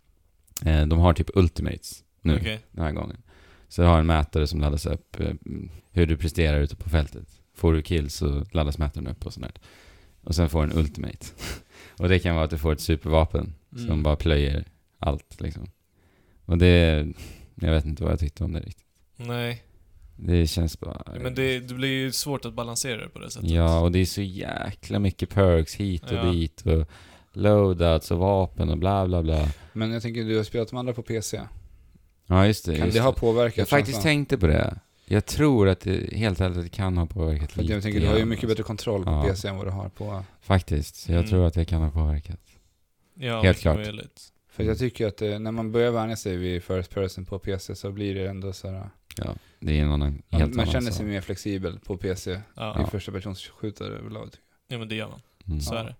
De har typ Ultimates nu den här gången. Så jag har en mätare som laddas upp hur du presterar ute på fältet. Får du kills så laddas mätaren upp och sånt. Och sen får du en Ultimate. Och det kan vara att du får ett supervapen som bara plöjer allt liksom. Och jag vet inte vad jag tyckte om det riktigt. Nej. Det känns bara... Men det blir ju svårt att balansera det på det sättet. Ja, och det är så jäkla mycket perks hit och dit och loadouts och vapen och bla bla bla. Men jag tänker du har spelat de andra på PC. Ja, just det. Kan det ha påverkat? Jag faktiskt tänkte på det. Jag tror att det helt ärligt kan ha påverkat lite. Jag tänker du har ju mycket bättre kontroll på PC än vad du har på... Faktiskt, så jag tror att det kan ha påverkat. Ja, helt klart. Möjligt. För jag tycker att när man börjar vänja sig vid first person på PC så blir det ändå så här... Ja, det är någon helt annan. Man känner sig mer flexibel på PC i första persons skjutare överlag. Ja, men det gör man. Så är det.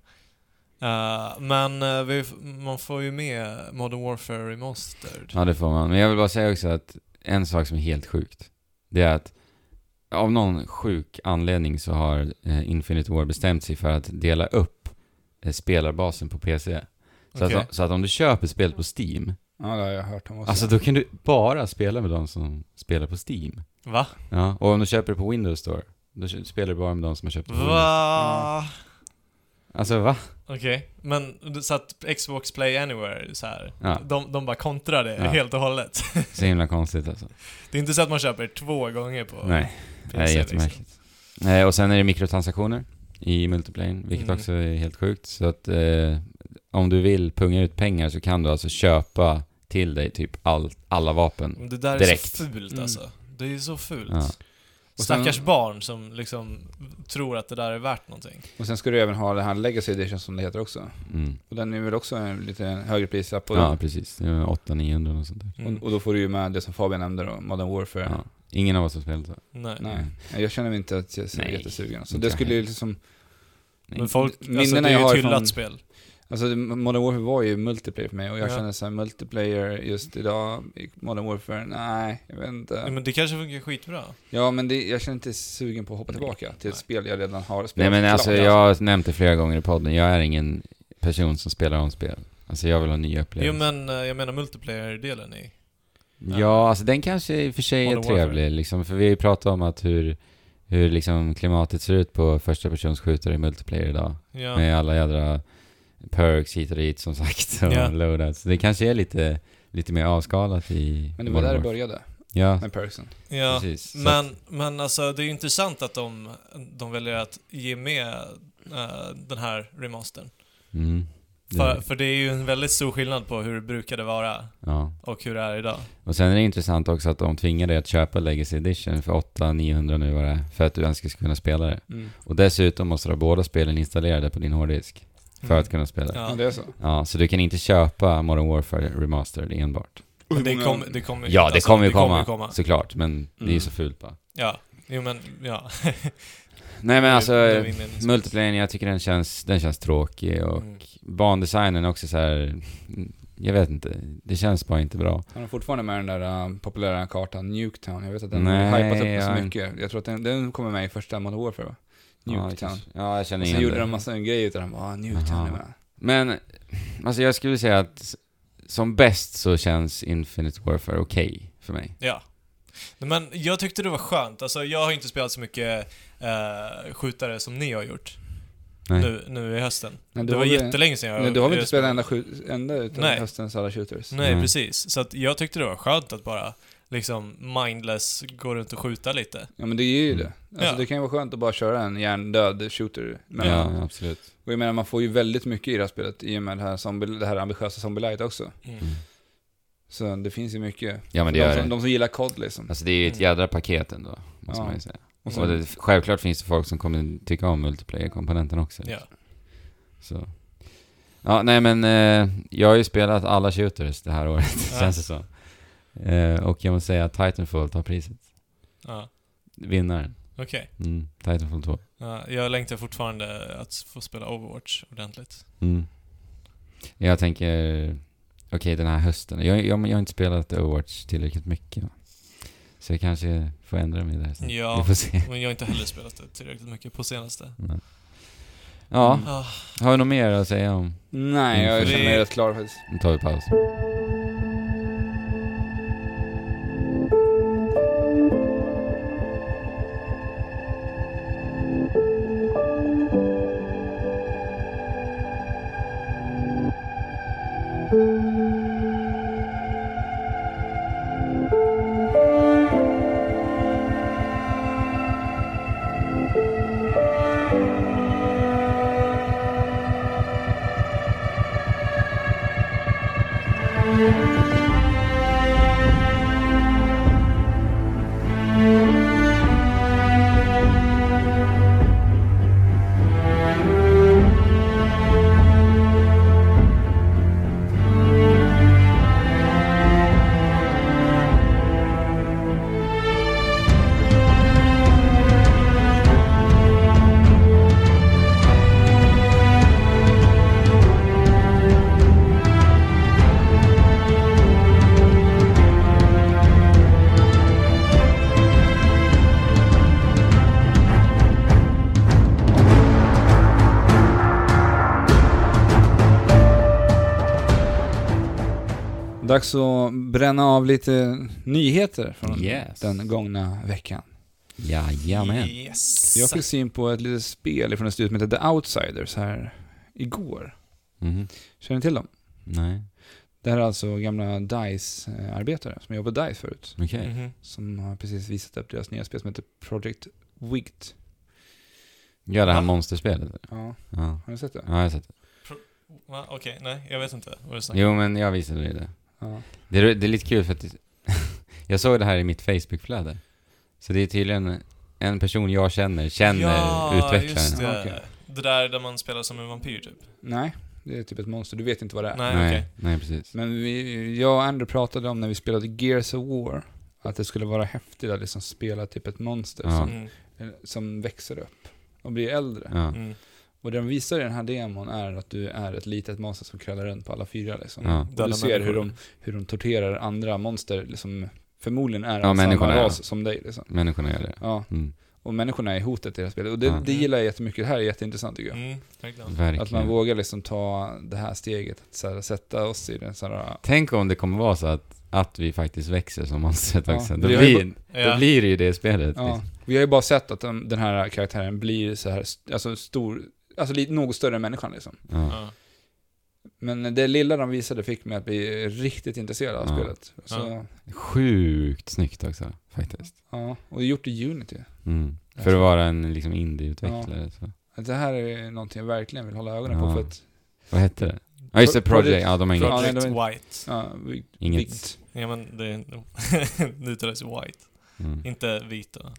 Men man får ju med Modern Warfare Remastered. Ja, det får man. Men jag vill bara säga också att en sak som är helt sjukt, det är att av någon sjuk anledning så har Infinite War bestämt sig för att dela upp spelarbasen på PC. Så att om du köper spel på Steam, ja, det har jag hört om också. Alltså då kan du bara spela med de som spelar på Steam. Va? Ja, och om du köper det på Windows Store, då spelar du bara med de som har köpt det på Windows. Va? Alltså, va? Okej, men så att Xbox Play Anywhere så här, de bara kontrar det helt och hållet. Så himla konstigt alltså. Det är inte så att man köper 2 gånger på Nej, PC, det är jättemärkligt. Liksom. Och sen är det mikrotransaktioner i multiplayer, vilket också är helt sjukt. Så att om du vill punga ut pengar så kan du alltså köpa till dig typ alla vapen det där direkt. Är så fult alltså. Det är så fult. Ja. Och stackars barn som liksom tror att det där är värt någonting. Och sen ska du även ha det här Legacy Edition som det heter också. Och den är väl också en lite högre pris på den. Ja, precis. 800-900 och sånt där. Och då får du ju med det som Fabian nämnde då, Modern Warfare. Ja. Ingen av oss har spelat så. Nej. Jag känner mig inte att jag är jättesugen. Så det skulle ju liksom... Men folk, alltså det är ju ett hyllat spel. Alltså Modern Warfare var ju multiplayer för mig och jag känner så här multiplayer just idag i Modern Warfare, nej, jag vet inte. Nej, men det kanske funkar skitbra. Ja, men jag känner inte sugen på att hoppa tillbaka till ett spel jag redan har spelat. Nej, men alltså jag har nämnt det flera gånger i podden, jag är ingen person som spelar om spel. Alltså jag vill ha nya upplevelser. Jo, men jag menar multiplayer-delen i... Ja, alltså den kanske i och för sig är trevlig liksom, för vi har ju pratat om att hur liksom klimatet ser ut på första persons skjutare i multiplayer idag. Ja. Med alla jädra perks hit och dit som sagt och loadouts. Det kanske är lite mer avskalat i... Men det var där det började. Ja. Med perksen. Ja, precis. Men alltså det är intressant att de väljer att ge med den här remastern. För det är ju en väldigt stor skillnad på hur det brukade vara och hur det är idag. Och sen är det intressant också att de tvingar dig att köpa Legacy Edition för 800-900 nu var det, för att du ens ska kunna spela det. Och dessutom måste du ha båda spelen installerade på din hårddisk för att kunna spela. Ja, det är så. Ja, så du kan inte köpa Modern Warfare Remastered enbart. Men det kommer det kommer ju komma såklart, men det är ju så fult bara. Ja, jo men Nej men alltså multiplayer, jag tycker den känns tråkig och bandesignen också så här, jag vet inte, det känns bara inte bra. Han har fortfarande med den där populära kartan Nuketown. Jag vet att den har hypat upp så mycket. Jag tror att den kommer med i första Modern Warfare, va? Nuketown. Ja, jag känner igen det. Så gjorde de en massa grejer utav dem. Nuketown är med. Men alltså jag skulle säga att som bäst så känns Infinite Warfare okej för mig. Ja. Men jag tyckte det var skönt. Alltså jag har inte spelat så mycket skjutare som ni har gjort nu i hösten. Nej, det var jättelänge sedan jag... Du har väl inte spelat enda utav höstens alla shooters? Nej, precis. Så att jag tyckte det var skönt att bara liksom mindless gå runt och skjuta lite. Ja, men det är ju det. Alltså det kan ju vara skönt att bara köra en hjärndöd shooter. Ja, absolut. Och jag menar, man får ju väldigt mycket i det här spelet i och med det här ambitiösa Zombie Light också. Så det finns ju mycket. Ja, men de som gillar COD liksom. Alltså det är ju ett jädra paket ändå, måste man ju säga. Och självklart finns det folk som kommer tycka om multiplayer-komponenten också. Ja. Så. Ja, nej men jag har ju spelat alla shooters det här året, känns det så. Och jag måste säga att Titanfall tar priset. Ja. Vinnaren. Okej. Titanfall 2. Ja, jag längtar fortfarande att få spela Overwatch ordentligt. Jag tänker... Okej, den här hösten. Jag har inte spelat Overwatch tillräckligt mycket. Så jag kanske får ändra mig där. Ja, vi får se. Men jag har inte heller spelat det tillräckligt mycket på senaste. Ja, har vi något mer att säga om? Nej, jag känner mig rätt klar faktiskt. Nu tar vi paus. Dags att bränna av lite nyheter från den gångna veckan. Jajamän. Yes. Jag fick syn på ett litet spel från en studio som heter The Outsiders här igår. Känner ni till dem? Nej. Det här är alltså gamla DICE-arbetare som jobbade på DICE förut. Okay. Som har precis visat upp deras nya spel som heter Project Wigged. Ja, det här monsterspelet. Ja. Har ni sett det? Ja, jag har sett det. Okej, nej, jag vet inte vad det snackar. Jo, men jag visade det. Ja. Det är lite kul för att jag såg det här i mitt Facebook-flöde. Så det är tydligen en person jag känner utvecklaren. Just det. Okay. Det där man spelar som en vampyr typ. Nej, det är typ ett monster. Du vet inte vad det är. Nej, precis. Men jag och Andrew pratade om när vi spelade Gears of War att det skulle vara häftigt att liksom spela typ ett monster som växer upp och blir äldre. Ja. Och det de visar i den här demon är att du är ett litet monster som krallar runt på alla fyra liksom. Och du ser hur de torterar andra monster liksom, förmodligen är samma ras som dig liksom. Människorna är det. Ja. Och människorna är hotet i det här spelet. Och det gillar jag jättemycket. Det här är jätteintressant tycker jag. Att man vågar liksom ta det här steget att så här, sätta oss i den så här... Tänk om det kommer vara så att vi faktiskt växer som monstret också. Då blir det ju det spelet. Ja. Liksom. Vi har ju bara sett att den här karaktären blir så här alltså stor, alltså lite något större än människan liksom. Men det lilla de visade fick mig att bli riktigt intresserad av spelet. Så. Sjukt snyggt också, faktiskt. Ja, och gjort i Unity. För att vara en liksom indie-utvecklare. Så. Det här är någonting jag verkligen vill hålla ögonen på. För att vad heter det? Ja, just det, Project. Ja, de har Project White. Ja, inget. Ja, men det uttalas White. Inte vit då.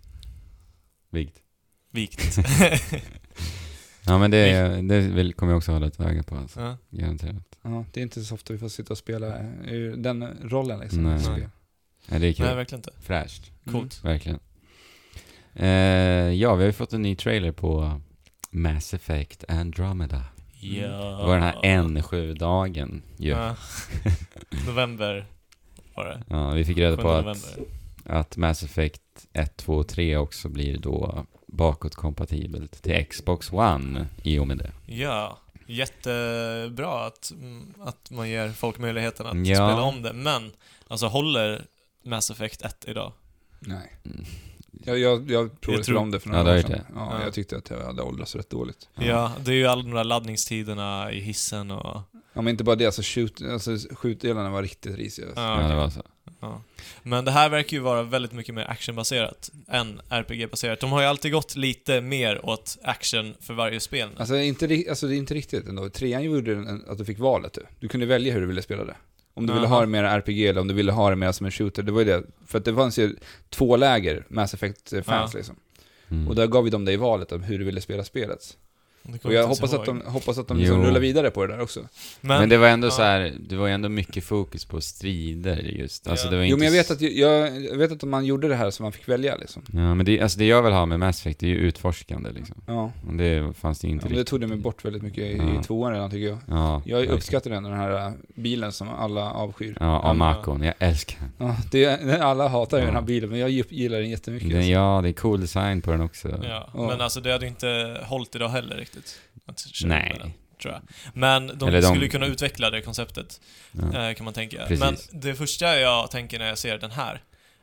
Vikt. Ja, men det kommer jag också hålla ett öga på. Alltså. Garanterat. Ja, det är inte så ofta vi får sitta och spela den rollen liksom. Nej, det är kul. Nej, verkligen inte. Fräscht. Coolt. Verkligen. Ja, vi har ju fått en ny trailer på Mass Effect Andromeda. Ja. Det var den här N7-dagen. Ja. November var det. Ja, vi fick reda på att Mass Effect 1, 2 och 3 också blir då bakåtkompatibelt till Xbox One i och med det. Ja, jättebra att man ger folk möjligheten att spela om det. Men, alltså håller Mass Effect 1 idag? Nej. Jag provade om det för några år sedan. Jag tyckte att jag hade åldrats rätt dåligt. Ja, det är ju alla de där laddningstiderna i hissen och... Ja, men inte bara det, skjutdelarna var riktigt risiga. Ja, det var så. Ja. Men det här verkar ju vara väldigt mycket mer actionbaserat än RPG-baserat. De har ju alltid gått lite mer åt action för varje spel. Alltså det är inte riktigt ändå. 3 gjorde att du fick valet. Du kunde välja hur du ville spela det. Om du ville ha det mer RPG eller om du ville ha det mer som en shooter. Det var ju det. För att det fanns ju 2 läger Mass Effect-fans liksom. Och där gav vi dem det i valet om hur du ville spela spelet. Och jag hoppas att de liksom rullar vidare på det där också. Men det var ändå så här, det var ändå mycket fokus på strider just. Alltså det var inte... Jo, men jag vet att om man gjorde det här så man fick välja liksom. Ja, men det jag vill ha med Mass Effect är ju utforskande liksom. Ja. Och det fanns det inte riktigt. Det tog det mig bort väldigt mycket i 2:an redan, tycker jag. Ja, jag uppskattar den här bilen som alla avskyr. Ja, Amakon. Jag älskar den. Ja, alla hatar ju den här bilen, men jag gillar den jättemycket. Det är cool design på den också. Ja, men alltså det hade inte hållit idag heller riktigt. Nej. Den, tror jag. Men de skulle kunna utveckla det konceptet, kan man tänka. Precis. Men det första jag tänker när jag ser den här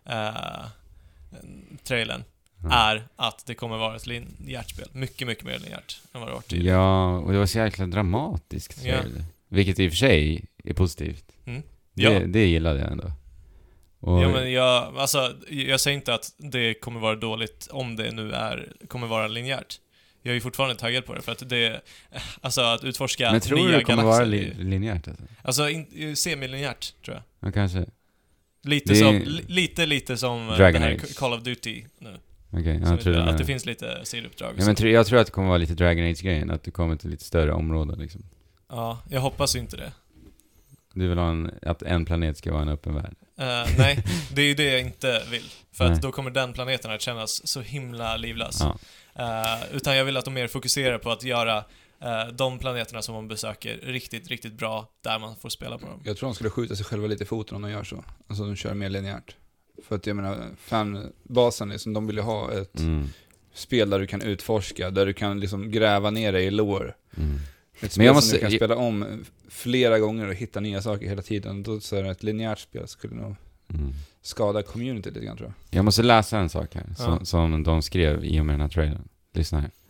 trailern är att det kommer vara ett linjärt spel. Mycket, mycket mer linjärt än vad det var tidigare. Ja, och det var så jäkla dramatiskt. Vilket i och för sig är positivt. Det gillade jag ändå. Ja, men jag säger inte att det kommer vara dåligt om det nu kommer vara linjärt. Jag är ju fortfarande taggad på det för att det, alltså att utforska nya galaxer. Men tror du det kommer vara linjärt? Alltså semi-linjärt, tror jag. Ja, kanske. Lite som Dragon Age. Call of Duty nu. Okej, jag tror att det finns lite sidouppdrag. Ja, men jag tror att det kommer vara lite Dragon Age-grejen, att du kommer till lite större områden liksom. Ja, jag hoppas inte det. Du vill ha att en planet ska vara en öppen värld? Nej, det är ju det jag inte vill. För att då kommer den planeten att kännas så himla livlös. Utan jag vill att de mer fokuserar på att göra de planeterna som man besöker riktigt, riktigt bra där man får spela på dem. Jag tror de skulle skjuta sig själva lite i foten om de gör så. Alltså de kör mer linjärt. För att jag menar, fanbasen liksom, de vill ju ha ett spel där du kan utforska, där du kan liksom gräva ner dig i lore. Ett spel som du kan spela om flera gånger och hitta nya saker hela tiden. Då så är det ett linjärt spel skulle nog skada community lite grann, tror jag. Jag måste läsa en sak här som de skrev i och med den här trailern. Lyssna här.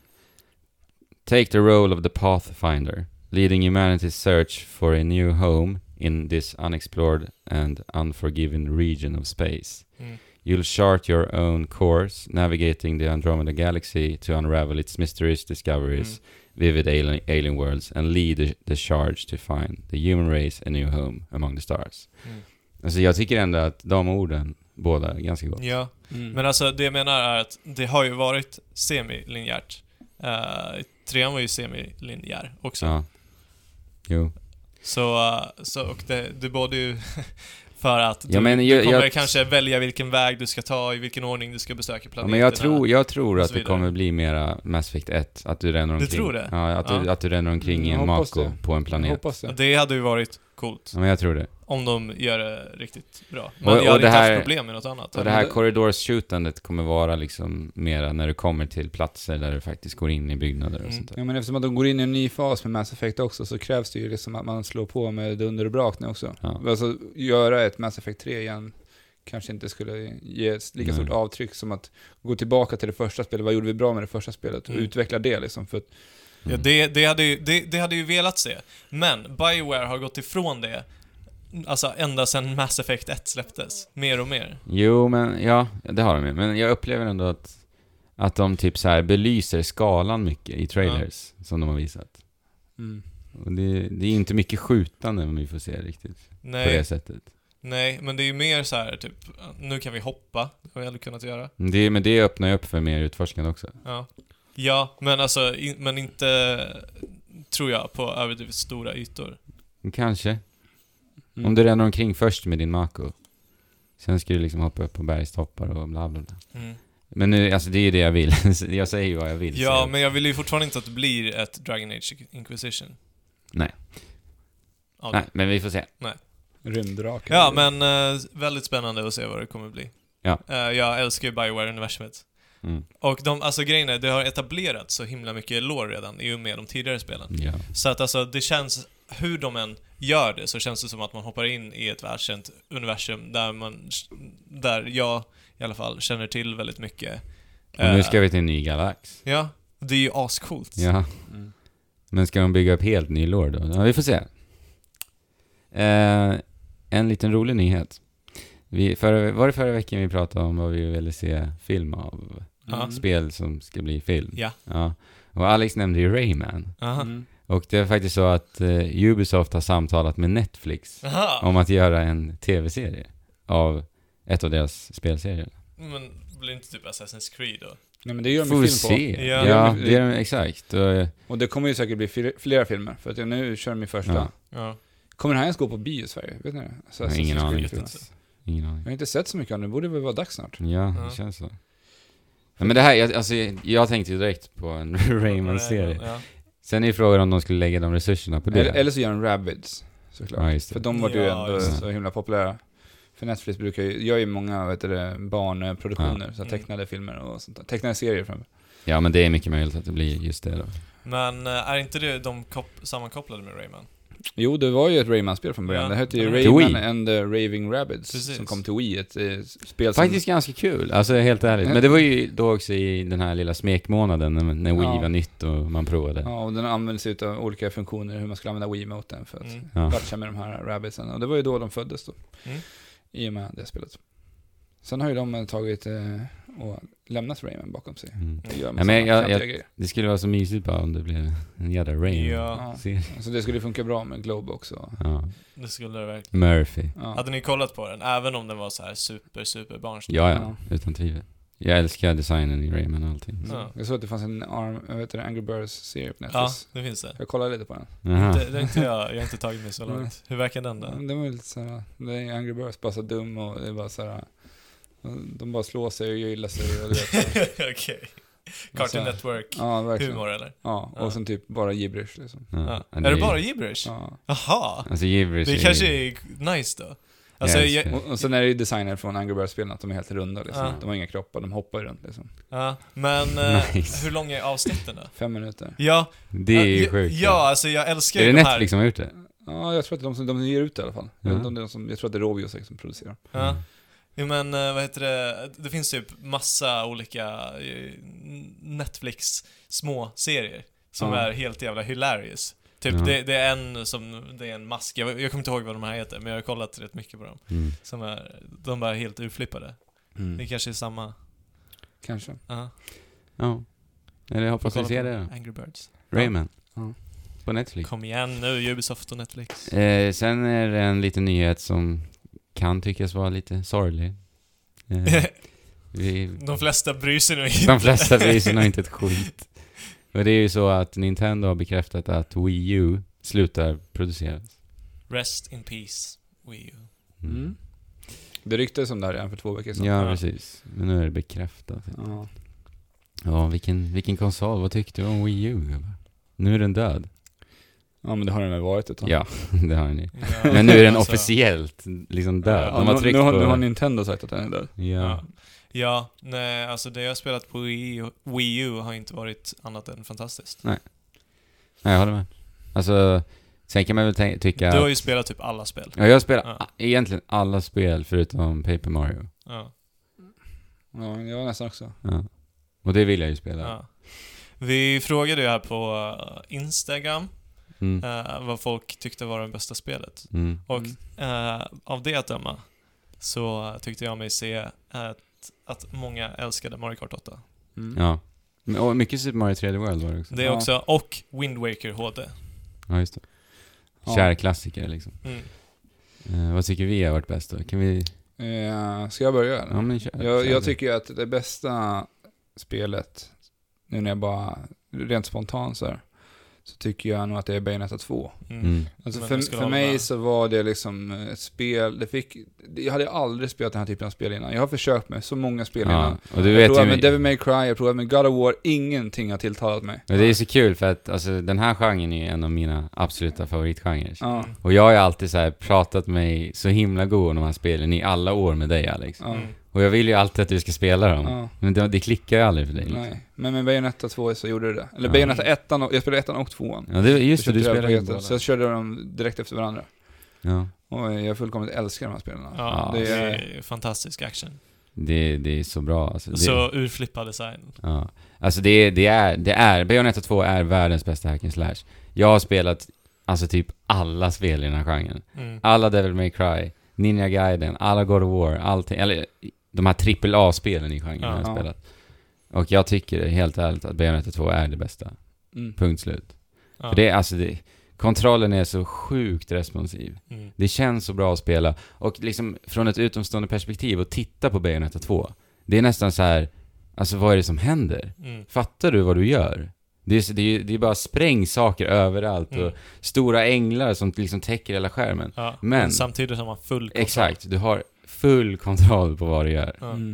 Take the role of the Pathfinder, leading humanity's search for a new home in this unexplored and unforgiven region of space. You'll chart your own course, navigating the Andromeda Galaxy to unravel its mysterious discoveries, vivid alien worlds, and lead the charge to find the human race a new home among the stars. Alltså jag tycker ändå att de orden båda är ganska gott. Ja, men alltså det jag menar är att det har ju varit semi-linjärt. 3:an var ju semi-linjär också. Ja. Jo. Så och det både ju för att du kommer kanske välja vilken väg du ska ta, i vilken ordning du ska besöka planeterna. Men jag tror att det kommer bli mera Mass Effect 1, att du ränner omkring. Du tror det? Ja, att du ränner omkring i en Mako på en planet. Hoppas det. Det hade ju varit coolt. Ja, men jag tror det. Om de gör det riktigt bra. Men jag hade inte haft problem med något annat. Och det här corridors-shootandet kommer vara liksom mera när du kommer till platser där du faktiskt går in i byggnader och sånt där. Ja, men eftersom att de går in i en ny fas med Mass Effect också, så krävs det ju liksom att man slår på med dunder och brak nu också. Ja. Alltså göra ett Mass Effect 3 igen kanske inte skulle ge ett lika stort avtryck som att gå tillbaka till det första spelet. Vad gjorde vi bra med det första spelet? Och utveckla det liksom. För att Ja, det hade ju velat se. Men BioWare har gått ifrån det. Alltså ända sedan Mass Effect 1 släpptes. Mer och mer. Jo, men ja, det har de ju. Men jag upplever ändå att de typ så här belyser skalan mycket i trailers som de har visat. Och det är inte mycket skjutande om vi får se riktigt. Nej. På det sättet. Nej, men det är ju mer så här typ, nu kan vi hoppa. Det har vi aldrig kunnat göra. Men det öppnar ju upp för mer utforskande också. Ja, men alltså men inte, tror jag, på överdrivet stora ytor. Kanske. Om du ränner omkring först med din Mako. Sen ska du liksom hoppa upp på bergstoppar och bla bla bla. Men nu, alltså det är ju det jag vill. Jag säger ju vad jag vill. Ja, men jag vill ju fortfarande inte att det blir ett Dragon Age Inquisition. Nej. Nej, men vi får se. Nej. Rymddraken. Ja, men väldigt spännande att se vad det kommer bli. Ja. Jag älskar ju BioWare-universumet. Och grejen är, det har etablerat så himla mycket lore redan i och med de tidigare spelen. Ja. Så att alltså, det känns, hur de än gör det, så känns det som att man hoppar in i ett världskänt universum där jag i alla fall känner till väldigt mycket. Och nu ska vi till en ny galax. Ja, det är ju ascoolt. Ja. Men ska de bygga upp helt ny lore då? Ja, vi får se. En liten rolig nyhet. Var det förra veckan vi pratade om vad vi ville se film av? Spel som ska bli film. Ja. Och Alex nämnde ju Rayman. Och det är faktiskt så att Ubisoft har samtalat med Netflix om att göra en tv-serie av ett av deras spelserier. Men blir inte typ Assassin's Creed då? Nej, men det gör de film på. Se. Ja, det är exakt. Och det kommer ju säkert bli flera filmer. För att nu kör de i första. Ja. Kommer den här ens gå på bio i Sverige? Vet ni det? Alltså, ingen aning. Jag har inte sett så mycket av det. Borde väl vara dags snart. Ja, det känns så. Ja, men det här, jag tänkte ju direkt på en Rayman-serie. Ja. Sen är frågan om de skulle lägga de resurserna på det. Eller så gör de Rabbids, såklart. Ja, för de var ju ändå så himla populära. För Netflix brukar ju, gör ju många barnproduktioner, så tecknade filmer och sånt där. Tecknade serier framför. Ja, men det är mycket möjligt att det blir just det då. Men är inte det de sammankopplade med Rayman? Jo, det var ju ett Rayman-spel från början. Det hette ju Rayman and the Raving Rabbids. Som kom till Wii, ett spel som... Faktiskt ganska kul, alltså helt ärligt. Men det var ju då också i den här lilla smekmånaden när Wii var nytt och man provade. Ja, och den användes utav olika funktioner, hur man skulle använda Wii-moten för att batcha med de här Rabbidsen. Och det var ju då de föddes då. I och med det spelet. Sen har ju de tagit och lämnat Rayman bakom sig. Det skulle vara så mysigt bara om det blev en jävla Rayman. Ja. Så det skulle funka bra med Globe också. Ja. Det skulle det verkligen. Murphy. Ja. Hade ni kollat på den? Även om den var så här super barnslig? Ja, utan tvivel. Jag älskar designen i Rayman och allting. Ja. Jag såg att det fanns en Angry Birds-serie på Netflix. Ja, det finns det. Jag kollade lite på den. Jag har inte tagit mig så långt. Hur verkar den då? Det var lite såhär, det är Angry Birds, bara så dum och det är bara såhär, de bara slår sig och gillar sig och Okej. Cartoon Network humor eller? Ja, och sen typ bara gibberish liksom. Ja. Är det bara gibberish? Ja. Jaha. Alltså gibberish. Det kanske är nice då. Alltså, och sen är det ju designer från Angry Birds-spelen att de är helt runda liksom. De har inga kroppar, de hoppar runt liksom. Ja, men hur långa är avsnitten då? 5 minuter. Ja. Det är ju sjukt. Ja, alltså jag älskar ju de här. Är det Netflix som har gjort det? Ja, jag tror att de ger ut det i alla fall. Jag tror att det är Rovio som producerar. Ja. Ja, men vad heter det? Det finns typ massa olika Netflix små serier som är helt jävla hilarious. Typ det är en mask. Jag kommer inte ihåg vad de här heter, men jag har kollat rätt mycket på dem. Som de är helt urflippade. Det kanske är samma. Kanske. Ja. Eller jag hoppas vi ser det. Angry Birds. Rayman. På Netflix. Kom igen nu, Ubisoft och Netflix. Sen är det en liten nyhet som kan tyckas vara lite sorglig. De flesta bryr sig nog inte. De flesta bryr sig nog inte ett skit. Och det är ju så att Nintendo har bekräftat att Wii U slutar produceras. Rest in peace, Wii U. Det ryktades om det här redan för 2 veckor sedan. Ja, precis. Men nu är det bekräftat. Ja, vilken konsol. Vad tyckte du om Wii U? Nu är den död. Ja, men det har den väl varit ett tag. Ja, det har den ju. Men nu är den officiellt liksom död. De har tryckt nu har Nintendo sagt att den är död. Ja, nej, alltså det jag har spelat på Wii U har inte varit annat än fantastiskt. Nej, jag håller med. Alltså, sen kan man väl tycka... Du har ju spelat typ alla spel. Ja, jag har spelat egentligen alla spel förutom Paper Mario. Ja, jag nästan också. Ja. Och det vill jag ju spela. Vi frågade ju här på Instagram vad folk tyckte var det bästa spelet. Och av det att döma så tyckte jag mig se att många älskade Mario Kart 8. Ja. Och mycket Super Mario 3D World var det också. Det också, och Wind Waker HD. Ja, just det. Kär klassiker liksom. Vad tycker vi har varit bäst då? Kan vi... Ska jag börja? Ja, men jag tycker att det bästa spelet, nu när jag bara rent spontant så tycker jag nog att det är Bayonetta 2. Alltså för mig så var det liksom ett spel, jag hade aldrig spelat den här typen av spel innan. Jag har försökt med så många spel innan. Och du jag provade med Devil May Cry, jag provade med God of War, ingenting har tilltalat mig. Och det är så kul för att alltså, den här genren är en av mina absoluta favoritgenrer. Och jag har ju alltid så här pratat mig så himla god om de här spelen i alla år med dig, Alex. Och jag vill ju alltid att du ska spela dem. Men det klickar ju aldrig för dig. Liksom. Nej, men med Bayonetta 2 så gjorde det. Eller Bayonetta 1, jag spelade 1 och 2. Ja, det är just det, du spelade ju så jag körde dem direkt efter varandra. Ja. Och jag fullkomligt älskar de här spelarna. Ja, det är fantastisk action. Det är så bra. Alltså, så urflippad design. Ja. Alltså det är Bayonetta 2 är världens bästa hack and slash. Jag har spelat alltså typ alla spel i den här genren. Alla Devil May Cry, Ninja Gaiden, alla God of War, allting, eller de här AAA-spelen i genren har jag spelat. Och jag tycker helt ärligt att Bayonetta 2 är det bästa. Punkt slut. För det är alltså kontrollen är så sjukt responsiv. Det känns så bra att spela. Och liksom från ett utomstående perspektiv och titta på Bayonetta 2. Det är nästan så här, alltså vad är det som händer? Fattar du vad du gör? Det är bara sprängsaker överallt och stora änglar som liksom täcker hela skärmen. Ja, men samtidigt har man full kontroll. Exakt, du har full kontroll på vad du gör.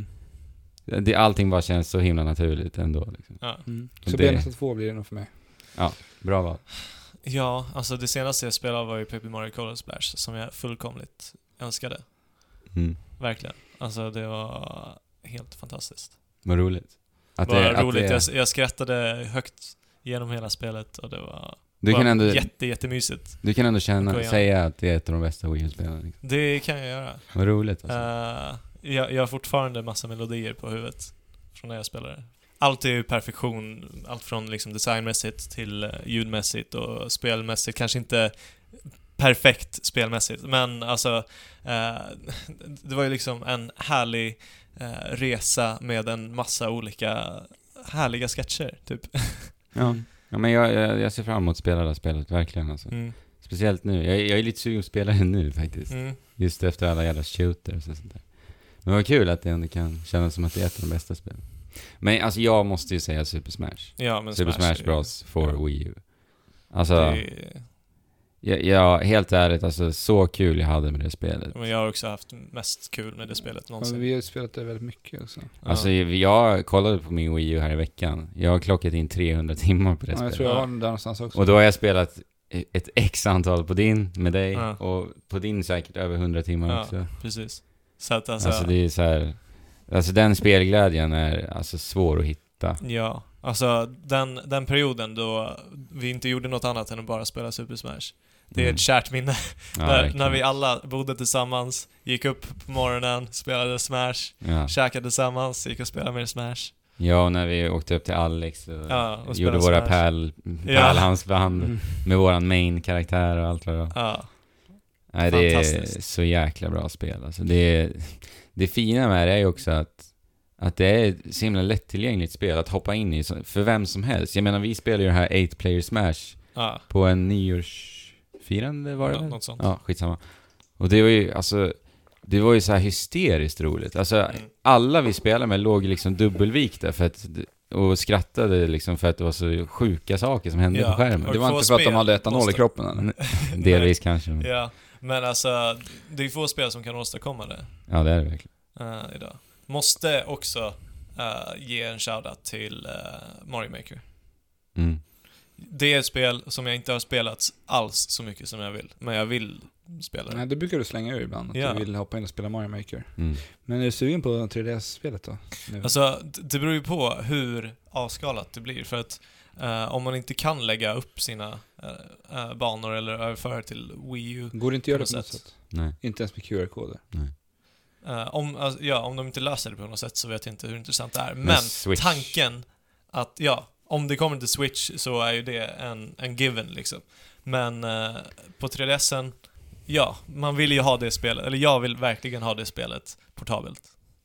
Allting bara känns så himla naturligt ändå. Liksom. Så Bayonetta 2 blir det nog för mig. Ja, bra val. Ja, alltså det senaste jag spelade var ju Paper Mario Color Splash som jag fullkomligt önskade. Verkligen. Alltså det var helt fantastiskt. Vad roligt. Jag skrattade högt genom hela spelet och det var jättemysigt. Du kan ändå säga att det är ett av de bästa Wii U-spelen. Liksom. Det kan jag göra. Vad roligt alltså. Jag har fortfarande massa melodier på huvudet från när jag spelade. Allt är ju perfektion, allt från liksom designmässigt till ljudmässigt och spelmässigt. Kanske inte perfekt spelmässigt, men alltså det var ju liksom en härlig resa med en massa olika härliga sketcher typ. Ja, men jag ser fram emot att spela det här spelet verkligen alltså. Speciellt nu. Jag är lite sugen att spela det nu faktiskt. Just efter alla jävla shooters och sånt där. Men vad kul att det ändå kan kännas som att det är ett av de bästa spelen. Men alltså jag måste ju säga Super Smash. Ja, men Super Smash Bros för Wii U. Alltså jag helt ärligt, alltså så kul jag hade med det spelet. Men jag har också haft mest kul med det spelet någonsin. Ja, vi har spelat det väldigt mycket också. Alltså jag kollade på min Wii U här i veckan. Jag har klockat in 300 timmar på det spelet. Jag tror jag har den där någonstans också. Och då har jag spelat ett x-antal på din med dig och på din säkert över 100 timmar också. Ja, precis. Så att alltså det är så här, alltså den spelglädjen är alltså svår att hitta. Ja, alltså den perioden då vi inte gjorde något annat än att bara spela Super Smash. Det är ett kärt minne. När vi alla bodde tillsammans, gick upp på morgonen, spelade Smash, käkade tillsammans, gick och spelade mer Smash. Ja, när vi åkte upp till Alex och gjorde våra pärlhandsband med våran main-karaktär och allt vad det var. Ja. Nej, det är så jäkla bra spel. Alltså, det fina med det är ju också att det är ett så himla lättillgängligt spel att hoppa in i för vem som helst. Jag menar, vi spelar ju det här 8-player Smash på en nyårsfirande var det? Något sånt. Ja, skitsamma. Och det var ju så här hysteriskt roligt. Alltså, alla vi spelade med låg liksom dubbelvikta och skrattade liksom för att det var så sjuka saker som hände på skärmen. Det var inte för att de hade etanol i kroppen eller? Delvis kanske. Ja, men alltså det är få spel som kan åstadkomma det. Ja, det är det verkligen. Idag. Måste också ge en shoutout till Mario Maker. Det är ett spel som jag inte har spelat alls så mycket som jag vill. Men jag vill spela det. Nej, det brukar du slänga ur ibland. Att du vill hoppa in och spela Mario Maker. Men är du sugen på 3DS-spelet då? Nu? Alltså, det beror ju på hur avskalat det blir. För att om man inte kan lägga upp sina banor eller överföra till Wii U. Går det inte att göra det på något sätt? Nej. Inte ens med QR-koder? Nej. Om de inte löser det på något sätt så vet jag inte hur intressant det är. Men tanken att, om det kommer till Switch så är ju det en given liksom. Men på 3DSen, ja, man vill ju ha det spelet, eller jag vill verkligen ha det spelet portabelt.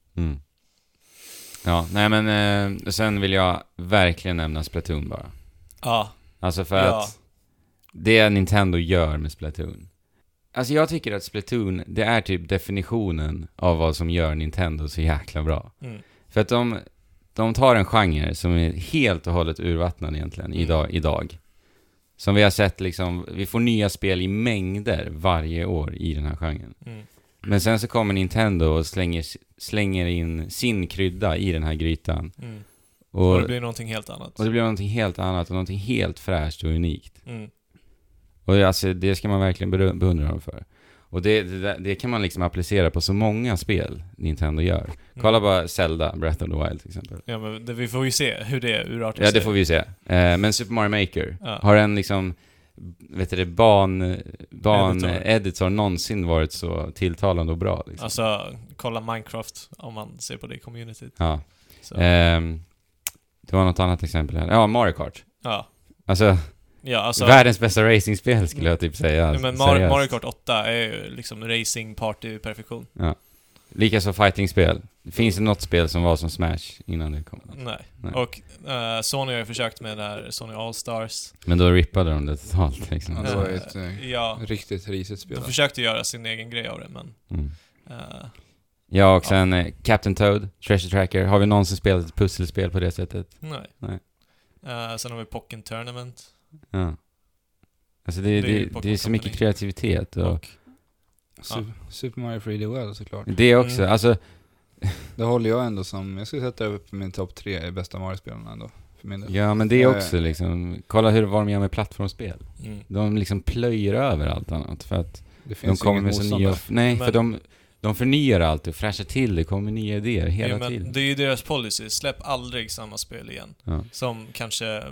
Ja, nej men sen vill jag verkligen nämna Splatoon bara. Ja. Alltså för att det Nintendo gör med Splatoon. Alltså jag tycker att Splatoon, det är typ definitionen av vad som gör Nintendo så jäkla bra. För att de tar en genre som är helt och hållet urvattnad egentligen idag. Som vi har sett liksom, vi får nya spel i mängder varje år i den här genren. Men sen så kommer Nintendo och slänger in sin krydda i den här grytan. Och det blir någonting helt annat. Och det blir någonting helt annat och någonting helt fräscht och unikt. Och alltså, det ska man verkligen beundra dem för. Och det kan man liksom applicera på så många spel Nintendo gör. Kolla bara Zelda, Breath of the Wild till exempel. Ja, men vi får ju se hur det urartar sig. Ja, det får vi ju se. Men Super Mario Maker har en liksom, vet du, ban-editor någonsin varit så tilltalande och bra liksom. Alltså, kolla Minecraft om man ser på det i communityt. Ja. Det var något annat exempel här. Ja, Mario Kart. Ja. Alltså världens bästa racingspel skulle jag typ säga. Men Mario Kart 8 är ju liksom racing party perfektion. Ja. Likaså fighting-spel. Finns det något spel som var som Smash innan det kom? Nej. Och Sony har ju försökt med det här Sony All-Stars. Men då rippade de det totalt liksom. Ja, det var ett riktigt risigt spel. De försökte göra sin egen grej av det, men... Ja, och sen Captain Toad, Treasure Tracker. Har vi någonsin spelat ett pusselspel på det sättet? Nej. Sen har vi Pokken Tournament. Ja. Alltså det är så mycket kreativitet och Super Mario 3D World såklart. Det också, alltså det håller jag ändå som, jag skulle sätta upp min topp 3 i bästa Mario-spelarna ändå för min del. Ja, men det är också liksom, kolla vad de gör med plattformsspel. De liksom plöjer över allt annat för att de kommer med så nya för de förnyar allt och fräschar till det, kommer nya idéer hela tiden. Det är ju deras policy, släpp aldrig samma spel igen. Som kanske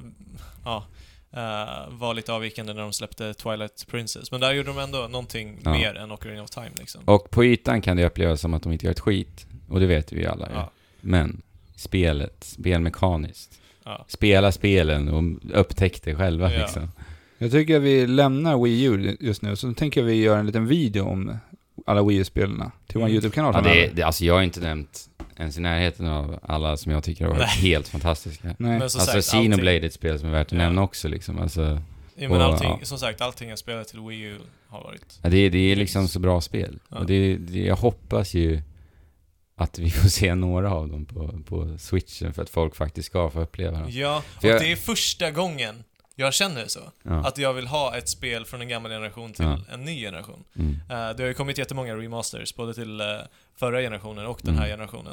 var lite avvikande när de släppte Twilight Princess. Men där gjorde de ändå någonting mer än Ocarina of Time liksom. Och på ytan kan det upplevas som att de inte gör ett skit. Och det vet vi ju alla. Ja. Men spelmekaniskt. Spela spelen och upptäck det själva liksom. Jag tycker att vi lämnar Wii U just nu. Så tänker vi göra en liten video om alla Wii U-spelarna till vår YouTube-kanal. Ja, alltså jag har inte nämnt ens i närheten av alla som jag tycker har varit helt fantastiska. Alltså Xenoblade är ett spel som är värt att nämna också liksom. Alltså, men som sagt, allting jag spelat till Wii U har varit... Ja, det är liksom så bra spel. Och jag hoppas ju att vi får se några av dem på Switchen för att folk faktiskt ska få uppleva dem. Ja, och det är första gången jag känner så. Att jag vill ha ett spel från en gammal generation till en ny generation. Det har ju kommit jättemånga remasters både till förra generationen och den här generationen.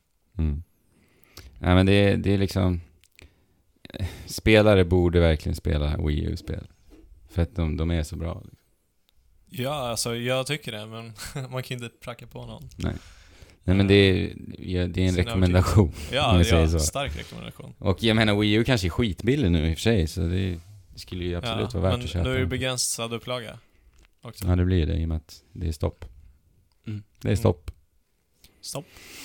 Ja, men det är liksom... Spelare borde verkligen spela Wii U-spel. För att de är så bra. Liksom. Ja, alltså jag tycker det, men man kan inte pracka på någon. Nej, men det är en rekommendation. Ja, stark rekommendation. Och jag menar, Wii U kanske är skitbillig nu i och för sig, så det skulle ju absolut vara värt att köpa. Men då är det begränsad upplaga också. Ja, det blir det i och med att det är stopp. Det är stopp. Stopp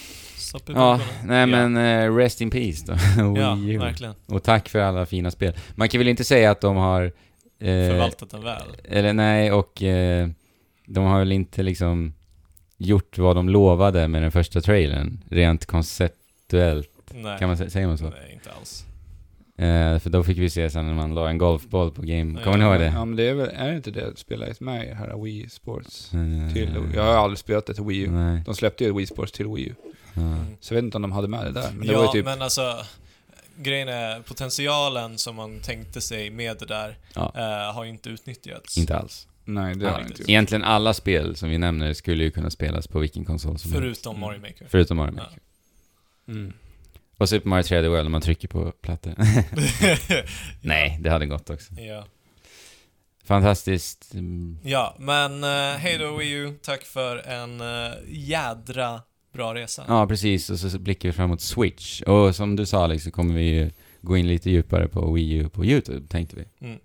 men rest in peace då. Wii U. Verkligen. Och tack för alla fina spel. Man kan väl inte säga att de har förvaltat den väl. Eller nej, och de har väl inte liksom gjort vad de lovade med den första trailern rent konceptuellt. Nej. Kan man säga så? Nej, inte alls. För då fick vi se sen när man la en golfboll på game. Kommer ni ihåg det? Ja, men det är det inte det spelet med i här Wii Sports till. Jag har aldrig spelat det till Wii U. Nej. De släppte ju Wii Sports till Wii U. Så jag vet inte om de hade med det där. Men det var typ... men alltså grejen är, potentialen som man tänkte sig med det där har ju inte utnyttjats. Inte alls. Nej, det har inte gjort. Egentligen alla spel som vi nämner skulle ju kunna spelas på vilken konsol som förutom Mario Maker. Förutom Mario Maker. Och Super Mario 3D World om man trycker på plattor. Nej, det hade gått också. Ja. Fantastiskt. Ja, men hej då Wii U. Tack för en jädra bra resa. Ja, precis. Och så blickar vi fram mot Switch. Och som du sa Alex, så kommer vi gå in lite djupare på Wii U på YouTube, tänkte vi.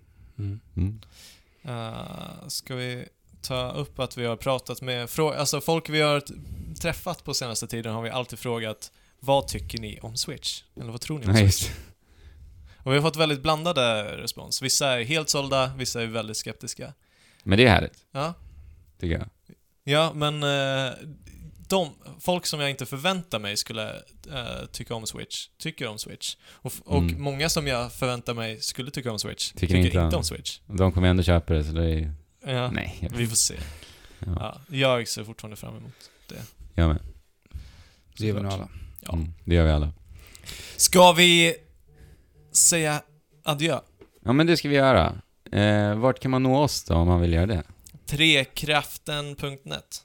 Ska vi ta upp att vi har pratat med alltså folk vi har träffat på senaste tiden har vi alltid frågat: vad tycker ni om Switch? Eller vad tror ni om Switch? Och vi har fått väldigt blandade respons. Vissa är helt sålda, vissa är väldigt skeptiska. Men det är härligt. Ja. Tycker jag. Ja, men folk som jag inte förväntar mig skulle tycka om Switch, tycker om Switch. Och många som jag förväntar mig skulle tycka om Switch, tycker inte om Switch. De kommer ändå köpa det, så det är... Ja, nej. Vi får se. Ja, jag ser fortfarande fram emot det. Jag med. Det gör vi alla. Ja. Det gör vi alla. Ska vi säga adjö? Ja, men det ska vi göra. Vart kan man nå oss då om man vill göra det? Trekraften.net.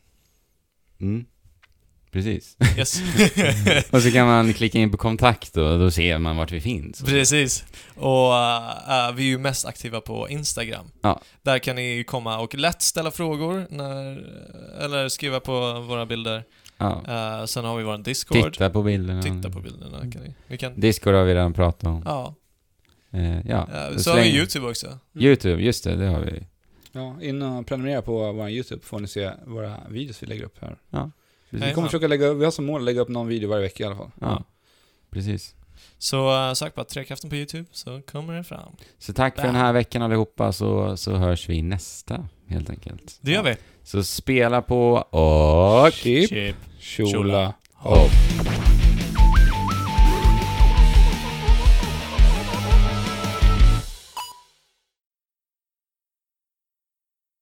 Precis. Yes. Och så kan man klicka in på kontakt och då ser man vart vi finns. Precis. Och vi är ju mest aktiva på Instagram. Ja. Där kan ni komma och lätt ställa frågor eller skriva på våra bilder. Ja. Sen har vi vår Discord. Titta på bilderna. Kan vi kan... Discord har vi redan pratat om. Ja. Så har vi YouTube också. YouTube, just det har vi. Ja, in och prenumerera på vår YouTube får ni se våra videos vi lägger upp här. Ja. Vi kommer försöka vi har som mål att lägga upp någon video varje vecka i alla fall. Ja, precis. Så sök på Trekraften på YouTube så kommer det fram. Så tack för den här veckan allihopa, så hörs vi nästa helt enkelt. Det gör vi. Så spela på och Chip, Chola, Hopp.